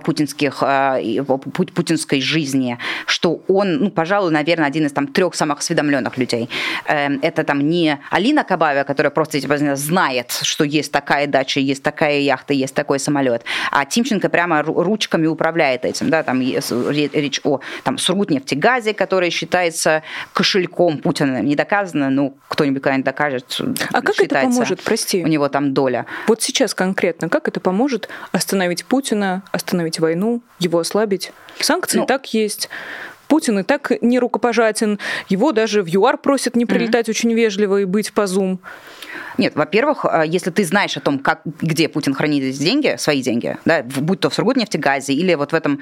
Speaker 3: путинской жизни, что он, пожалуй, наверное, один из 3 самых осведомленных людей. Это не Алина Кабаева, которая просто знает, что есть такая дача, есть такая яхта, есть такой самолет. А Тимченко прямо ручками управляет этим. Да? Там речь о Сургутнефтегазе, который считается кошельком Путина. Не доказано, но кто-нибудь когда-нибудь докажет.
Speaker 2: А как это поможет, прости?
Speaker 3: У него там доля.
Speaker 2: Вот сейчас конкретно, как это поможет остановить Путина, остановить войну, его ослабить? Санкции так есть. Путин и так не рукопожатен. Его даже в ЮАР просят не прилетать очень вежливо и быть по Zoom.
Speaker 3: Нет, во-первых, если ты знаешь о том, где Путин хранит эти деньги, свои деньги, да, будь то в Сургутнефтегазе или вот в этом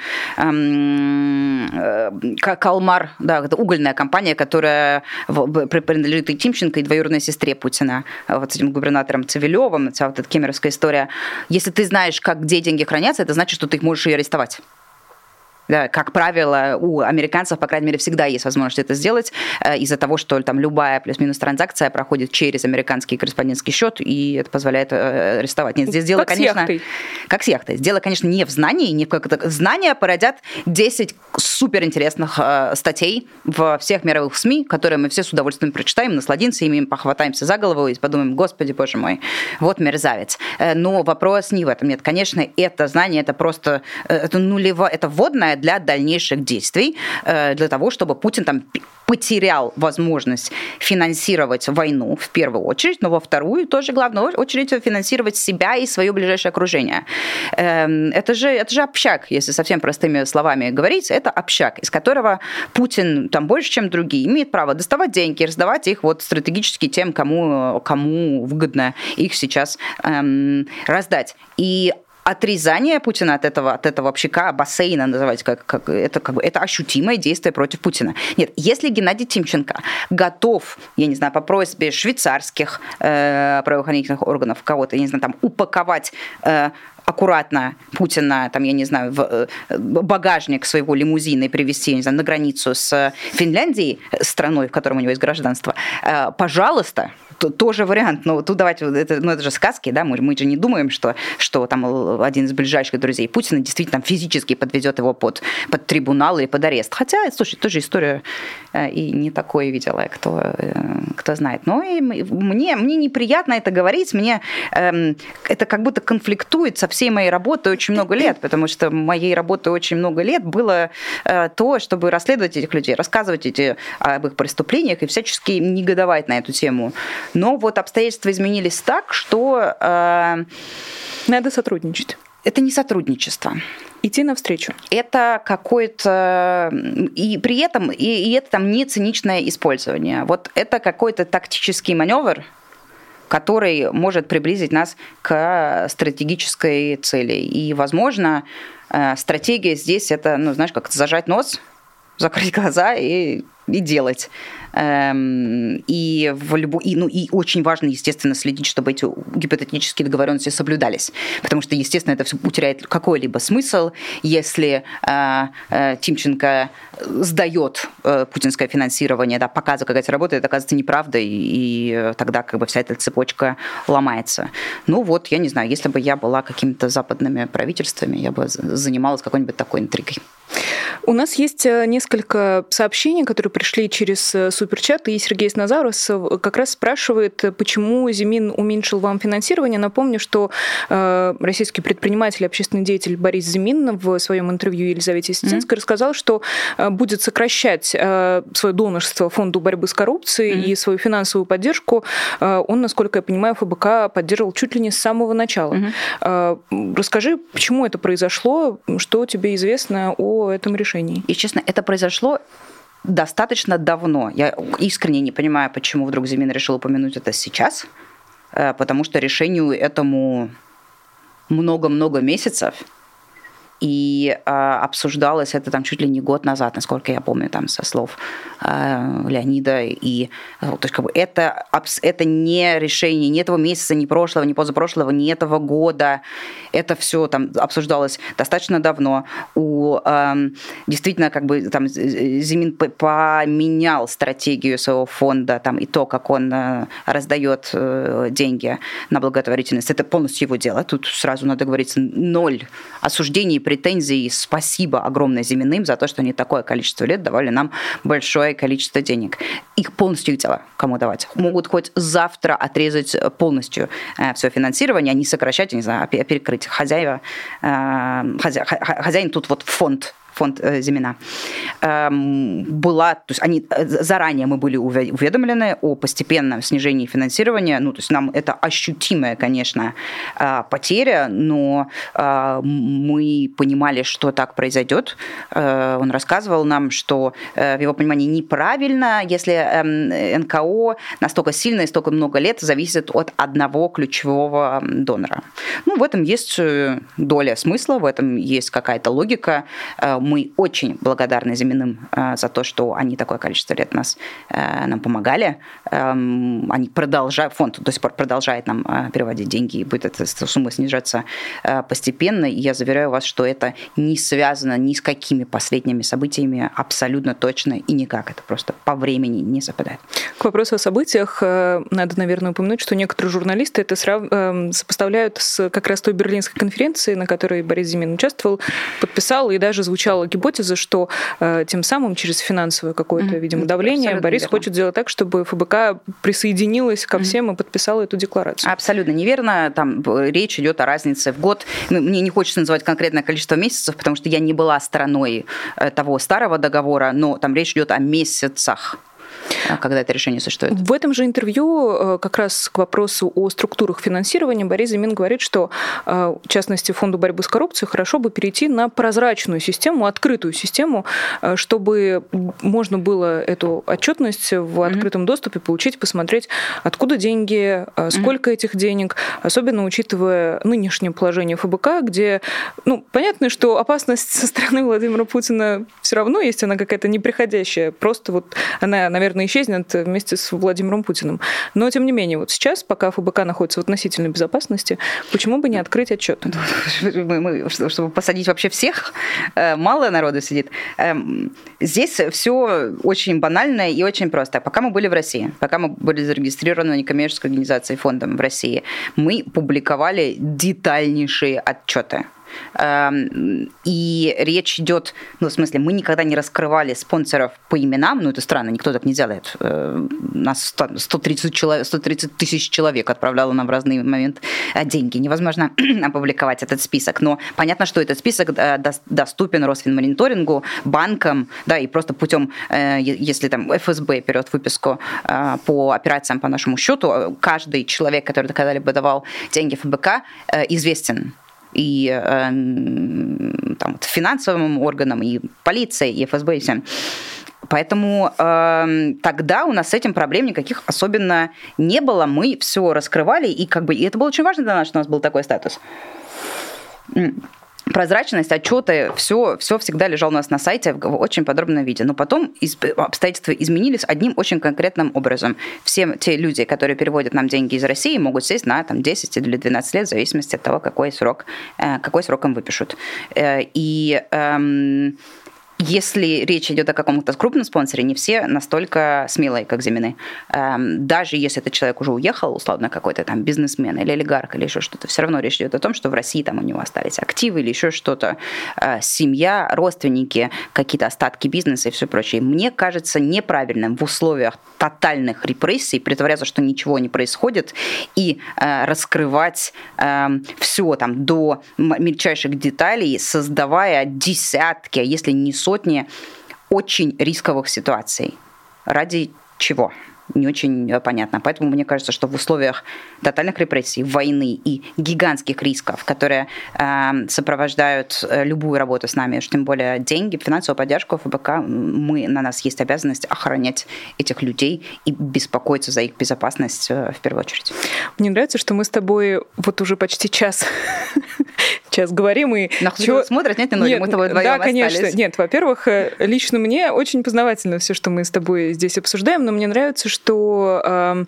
Speaker 3: Калмар, да, это угольная компания, которая принадлежит и Тимченко, и двоюродной сестре Путина, вот с этим губернатором Цивилевым, вся вот эта кемеровская история. Если ты знаешь, где деньги хранятся, это значит, что ты их можешь и арестовать. Да, как правило, у американцев, по крайней мере, всегда есть возможность это сделать из-за того, что любая плюс-минус транзакция проходит через американский корреспондентский счет, и это позволяет арестовать. Нет, здесь дело, конечно... Как с яхтой. Дело, конечно, не в знании, не в как-то... Знания породят 10 суперинтересных статей во всех мировых СМИ, которые мы все с удовольствием прочитаем, насладимся ими, похватаемся за голову и подумаем: господи, боже мой, вот мерзавец. Но вопрос не в этом. Нет, конечно, это знание, это просто... Это вводное для дальнейших действий, для того, чтобы Путин потерял возможность финансировать войну в первую очередь, но во вторую тоже, главную очередь, финансировать себя и свое ближайшее окружение. Это же общак, если совсем простыми словами говорить, это общак, из которого Путин больше, чем другие, имеет право доставать деньги, раздавать их стратегически тем, кому выгодно их сейчас раздать. И отрезание Путина от этого общака, бассейна называть, это ощутимое действие против Путина. Нет, если Геннадий Тимченко готов, я не знаю, по просьбе швейцарских правоохранительных органов кого-то, я не знаю, упаковать аккуратно Путина, я не знаю, в багажник своего лимузина и привезти, я не знаю, на границу с Финляндией, страной, в которой у него есть гражданство, пожалуйста, тоже вариант. Но тут давайте, это же сказки, да, мы же не думаем, что один из ближайших друзей Путина действительно физически подведет его под трибунал или под арест. Хотя, слушай, тоже история и не такое видела, кто знает. Но и мне неприятно это говорить, мне это как будто конфликтует со всей моей работой очень много лет, потому что моей работой очень много лет было то, чтобы расследовать этих людей, рассказывать об их преступлениях и всячески негодовать на эту тему. Но обстоятельства изменились так, что...
Speaker 2: Надо сотрудничать.
Speaker 3: Это не сотрудничество.
Speaker 2: Идти навстречу.
Speaker 3: Это какое-то... И при этом и это не циничное использование. Это какой-то тактический маневр, который может приблизить нас к стратегической цели. И, возможно, стратегия здесь это, как зажать нос, закрыть глаза и делать. И очень важно, естественно, следить, чтобы эти гипотетические договоренности соблюдались. Потому что, естественно, это все утеряет какой-либо смысл, если Тимченко сдает путинское финансирование, показывает, как это работает, это оказывается неправдой, и тогда вся эта цепочка ломается. Я не знаю, если бы я была какими-то западными правительствами, я бы занималась какой-нибудь такой интригой.
Speaker 2: У нас есть несколько сообщений, которые пришли через суперчат, и Сергей Сназарус как раз спрашивает, почему Зимин уменьшил вам финансирование. Напомню, что российский предприниматель и общественный деятель Борис Зимин в своем интервью Елизавете Сетинской рассказал, что будет сокращать свое донорство Фонду борьбы с коррупцией и свою финансовую поддержку. Он, насколько я понимаю, ФБК поддерживал чуть ли не с самого начала. Расскажи, почему это произошло, что тебе известно о этом решении?
Speaker 3: И, честно, это произошло достаточно давно. Я искренне не понимаю, почему вдруг Зимин решил упомянуть это сейчас, потому что решению этому много-много месяцев. и обсуждалось это там чуть ли не год назад, насколько я помню, там со слов Леонида. И то есть, как бы, это не решение ни этого месяца, ни прошлого, ни позапрошлого, ни этого года. Это все там обсуждалось достаточно давно. Действительно, как бы там Зимин поменял стратегию своего фонда там, и то, как он раздает деньги на благотворительность. Это полностью его дело. Тут сразу надо говорить 0 осуждений, претензий. Спасибо огромное Зиминым за то, что они такое количество лет давали нам большое количество денег. Их полностью их дело, кому давать. Могут хоть завтра отрезать полностью все финансирование, а не сокращать, не знаю, перекрыть. Хозяин тут вот фонд Зимина. То есть заранее мы были уведомлены о постепенном снижении финансирования. То есть нам это ощутимая, конечно, потеря, но мы понимали, что так произойдет. Он рассказывал нам, что в его понимании неправильно, если НКО настолько сильно и столько много лет зависит от одного ключевого донора. В этом есть доля смысла, в этом есть какая-то логика. Мы очень благодарны Зиминым за то, что они такое количество лет нам помогали. Они фонд до сих пор продолжает нам переводить деньги, и будет эта сумма снижаться постепенно. И я заверяю вас, что это не связано ни с какими последними событиями, абсолютно точно и никак. Это просто по времени не совпадает.
Speaker 2: К вопросу о событиях надо, наверное, упомянуть, что некоторые журналисты это сопоставляют с как раз той Берлинской конференцией, на которой Борис Зимин участвовал, подписал, и даже звучала гипотеза, что тем самым через финансовое какое-то, видимо, давление Борис хочет сделать так, чтобы ФБК присоединилась ко всем и подписала эту декларацию.
Speaker 3: Абсолютно неверно. Там речь идет о разнице в год. Мне не хочется называть конкретное количество месяцев, потому что я не была стороной того старого договора, но там речь идет о месяцах, когда это решение существует.
Speaker 2: В этом же интервью как раз к вопросу о структурах финансирования Борис Зимин говорит, что, в частности, Фонду борьбы с коррупцией хорошо бы перейти на прозрачную систему, открытую систему, чтобы можно было эту отчетность в открытом доступе получить, посмотреть, откуда деньги, сколько этих денег, особенно учитывая нынешнее положение ФБК, где, понятно, что опасность со стороны Владимира Путина все равно есть, она какая-то неприходящая, просто вот она, наверное, исчезнет вместе с Владимиром Путиным. Но, тем не менее, вот сейчас, пока ФБК находится в относительной безопасности, почему бы не открыть отчет?
Speaker 3: Чтобы посадить вообще всех, мало народу сидит. Здесь все очень банально и очень просто. Пока мы были в России, пока мы были зарегистрированы некоммерческой организацией фондом в России, мы публиковали детальнейшие отчеты. И речь идет, в смысле, мы никогда не раскрывали спонсоров по именам, это странно, никто так не делает. Нас 130 тысяч человек отправляло нам в разный момент деньги. Невозможно опубликовать этот список, но понятно, что этот список доступен Росфинмониторингу, банкам, да, и просто путем, если там ФСБ берет выписку по операциям по нашему счету, каждый человек, который когда-либо давал деньги ФБК, известен и финансовым органам, и полиции, и ФСБ, и всем. Поэтому тогда у нас с этим проблем никаких особенно не было. Мы все раскрывали, и и это было очень важно для нас, что у нас был такой статус. Прозрачность, отчеты, все всегда лежало у нас на сайте в очень подробном виде. Но потом обстоятельства изменились одним очень конкретным образом. Все те люди, которые переводят нам деньги из России, могут сесть на 10 или 12 лет, в зависимости от того, какой срок им выпишут. Если речь идет о каком-то крупном спонсоре, не все настолько смелые, как Зимины. Даже если этот человек уже уехал, условно, какой-то там бизнесмен или олигарх или еще что-то, все равно речь идет о том, что в России там у него остались активы или еще что-то, семья, родственники, какие-то остатки бизнеса и все прочее. Мне кажется неправильным в условиях тотальных репрессий притворяться, что ничего не происходит, и раскрывать все там до мельчайших деталей, создавая десятки, а если не сотни очень рисковых ситуаций. Ради чего? Не очень понятно. Поэтому мне кажется, что в условиях тотальных репрессий, войны и гигантских рисков, которые сопровождают любую работу с нами, тем более деньги, финансовую поддержку ФБК, на нас есть обязанность охранять этих людей и беспокоиться за их безопасность в первую очередь.
Speaker 2: Мне нравится, что мы с тобой вот уже почти час сейчас говорим. И
Speaker 3: смотрят, нет, мы с тобой вдвоем
Speaker 2: да, конечно.
Speaker 3: остались.
Speaker 2: Нет, во-первых, лично мне очень познавательно все, что мы с тобой здесь обсуждаем, но мне нравится, что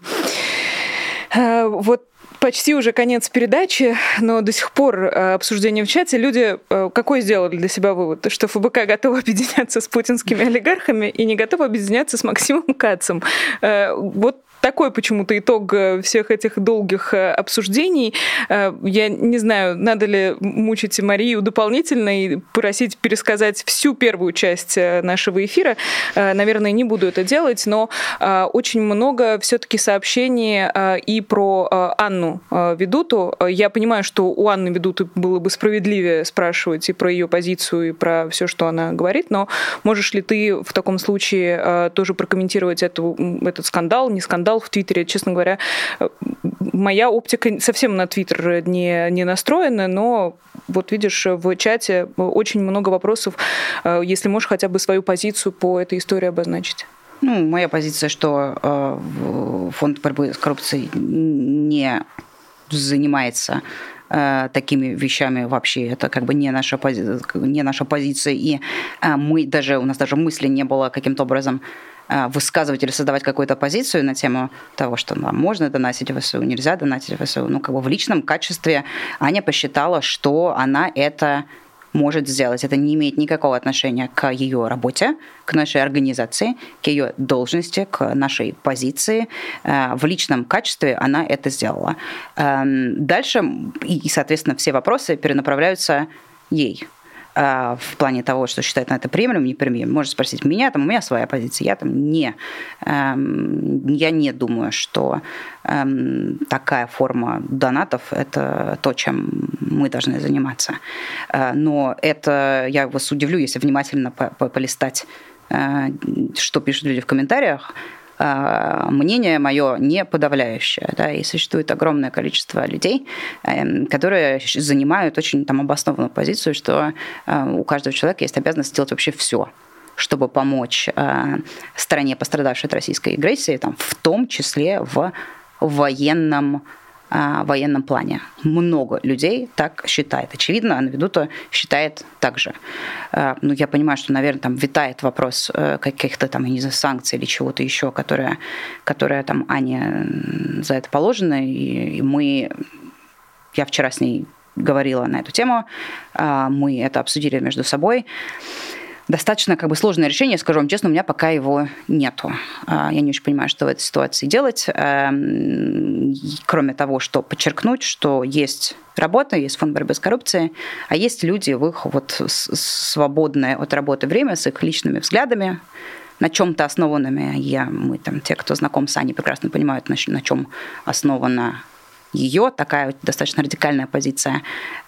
Speaker 2: вот почти уже конец передачи, но до сих пор обсуждение в чате. Люди какой сделали для себя вывод? Что ФБК готова объединяться с путинскими олигархами и не готова объединяться с Максимом Кацем. Вот такой почему-то итог всех этих долгих обсуждений. Я не знаю, надо ли мучить Марию дополнительно и просить пересказать всю первую часть нашего эфира. Наверное, не буду это делать, но очень много все-таки сообщений и про Анну Ведуту. Я понимаю, что у Анны Ведуты было бы справедливее спрашивать и про ее позицию, и про все, что она говорит, но можешь ли ты в таком случае тоже прокомментировать этот скандал, не скандал в Твиттере? Честно говоря, моя оптика совсем на Твиттер не настроена, но вот видишь, в чате очень много вопросов. Если можешь хотя бы свою позицию по этой истории обозначить.
Speaker 3: Моя позиция, что фонд борьбы с коррупцией не занимается такими вещами вообще. Это как бы не наша позиция. И у нас даже мысли не было каким-то образом высказывать или создавать какую-то позицию на тему того, что можно донатить в ВСУ, нельзя донатить в ВСУ. В личном качестве Аня посчитала, что она это может сделать. Это не имеет никакого отношения к ее работе, к нашей организации, к ее должности, к нашей позиции. В личном качестве она это сделала. Дальше, и, соответственно, все вопросы перенаправляются ей. В плане того, что считает на это приемлемым, неприемлемым. Можно спросить меня, у меня своя позиция. Я не думаю, что такая форма донатов – это то, чем мы должны заниматься. Но это, я вас удивлю, если внимательно полистать, что пишут люди в комментариях. Мнение мое не подавляющее, да, и существует огромное количество людей, которые занимают очень обоснованную позицию, что у каждого человека есть обязанность сделать вообще все, чтобы помочь стране, пострадавшей от российской агрессии, в том числе в военном плане. Много людей так считает. Очевидно, Анна Ведута считает так же. Я понимаю, что, наверное, витает вопрос каких-то санкций или чего-то еще, которое Ане за это положено. И я вчера с ней говорила на эту тему, мы это обсудили между собой. Достаточно сложное решение, скажу вам честно, у меня пока его нету. Я не очень понимаю, что в этой ситуации делать, кроме того, что подчеркнуть, что есть работа, есть фонд борьбы с коррупцией, а есть люди в их свободное от работы время с их личными взглядами, на чем-то основанными. Те, кто знаком с Аней, прекрасно понимают, на чем основана ее такая достаточно радикальная позиция.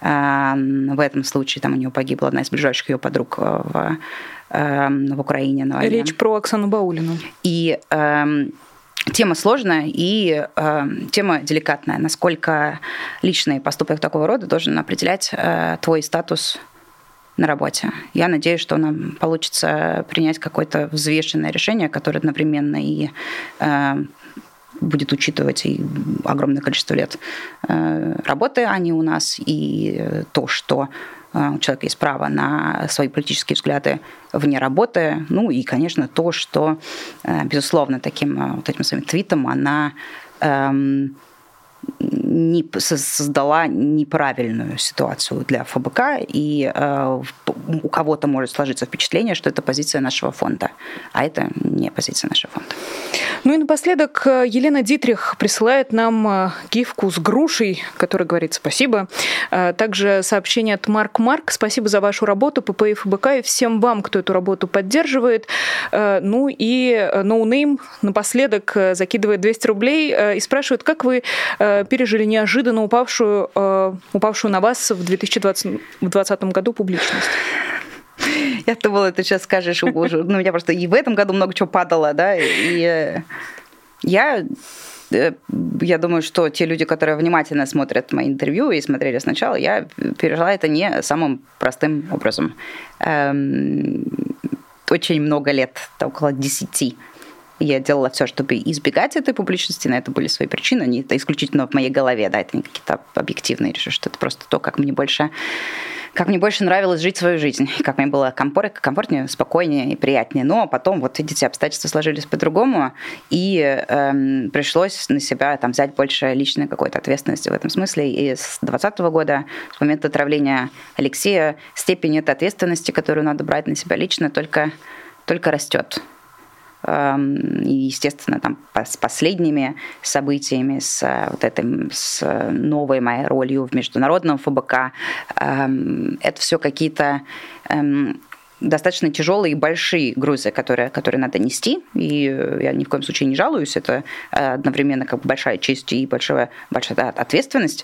Speaker 3: В этом случае у нее погибла одна из ближайших ее подруг в Украине на войне.
Speaker 2: Речь про Оксану Баулину.
Speaker 3: И тема сложная и тема деликатная. Насколько личный поступок такого рода должен определять твой статус на работе. Я надеюсь, что нам получится принять какое-то взвешенное решение, которое одновременно и будет учитывать и огромное количество лет работы Ани у нас, и то, что у человека есть право на свои политические взгляды вне работы, и, конечно, то, что, безусловно, этим своим твитом она создала неправильную ситуацию для ФБК, и у кого-то может сложиться впечатление, что это позиция нашего фонда, а это не позиция нашего фонда.
Speaker 2: И напоследок Елена Дитрих присылает нам гифку с грушей, которая говорит спасибо. Также сообщение от Марк. Спасибо за вашу работу, ПП и ФБК, и всем вам, кто эту работу поддерживает. И NoName напоследок закидывает 200 рублей и спрашивает, как вы пережили неожиданно упавшую на вас в 2020 году публичность?
Speaker 3: Я думала, ты сейчас скажешь, у меня просто и в этом году много чего падало, да, и я думаю, что те люди, которые внимательно смотрят мои интервью и смотрели сначала, я пережила это не самым простым образом. Очень много лет, около 10, Я делала все, чтобы избегать этой публичности, на это были свои причины, они это исключительно в моей голове, да, это не какие-то объективные решения, что это просто то, как мне больше нравилось жить свою жизнь, как мне было комфортнее, спокойнее и приятнее. Но потом, вот видите, обстоятельства сложились по-другому, и пришлось на себя там взять больше личной какой-то ответственности в этом смысле. И с 2020 года, с момента отравления Алексея, степень этой ответственности, которую надо брать на себя лично, только растет. И, естественно, там, с последними событиями, с новой моей ролью в международном ФБК, это все какие-то достаточно тяжелые и большие грузы, которые надо нести. И я ни в коем случае не жалуюсь. Это одновременно как бы большая честь и большая ответственность.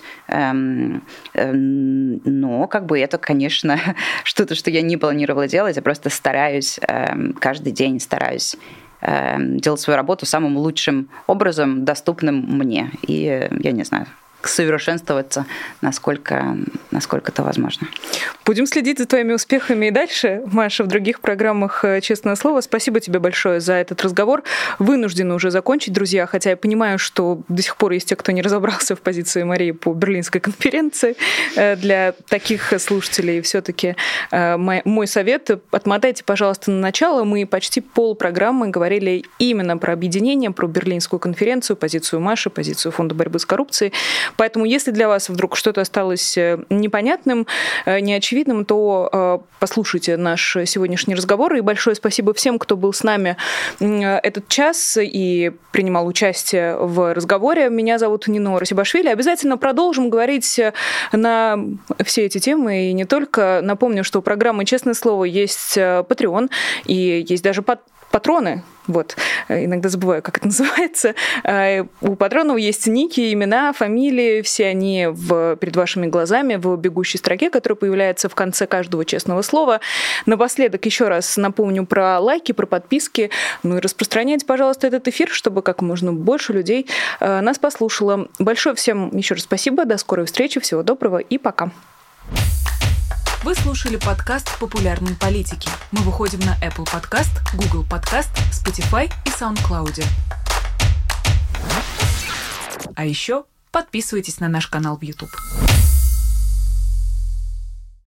Speaker 3: Но как бы это, конечно, что-то, что я не планировала делать. Я просто стараюсь каждый день делать свою работу самым лучшим образом, доступным мне. И я не знаю, совершенствоваться, насколько это возможно.
Speaker 2: Будем следить за твоими успехами и дальше, Маша, в других программах «Честное слово». Спасибо тебе большое за этот разговор. Вынуждена уже закончить, друзья, хотя я понимаю, что до сих пор есть те, кто не разобрался в позиции Марии по Берлинской конференции. Для таких слушателей все-таки мой совет – отмотайте, пожалуйста, на начало. Мы почти полпрограммы говорили именно про объединение, про Берлинскую конференцию, позицию Маши, позицию Фонда борьбы с коррупцией. Поэтому, если для вас вдруг что-то осталось непонятным, неочевидным, то послушайте наш сегодняшний разговор. И большое спасибо всем, кто был с нами этот час и принимал участие в разговоре. Меня зовут Нино Расибашвили. Обязательно продолжим говорить на все эти темы. И не только. Напомню, что у программы «Честное слово» есть Patreon и есть даже патроны. Вот. Иногда забываю, как это называется. У патронов есть ники, имена, фамилии. Все они перед вашими глазами в бегущей строке, которая появляется в конце каждого честного слова. Напоследок еще раз напомню про лайки, про подписки. Ну и распространяйте, пожалуйста, этот эфир, чтобы как можно больше людей нас послушало. Большое всем еще раз спасибо. До скорой встречи. Всего доброго и пока.
Speaker 1: Вы слушали подкаст «Популярные политики». Мы выходим на Apple Podcast, Google Podcast, Spotify и SoundCloud. А еще подписывайтесь на наш канал в YouTube.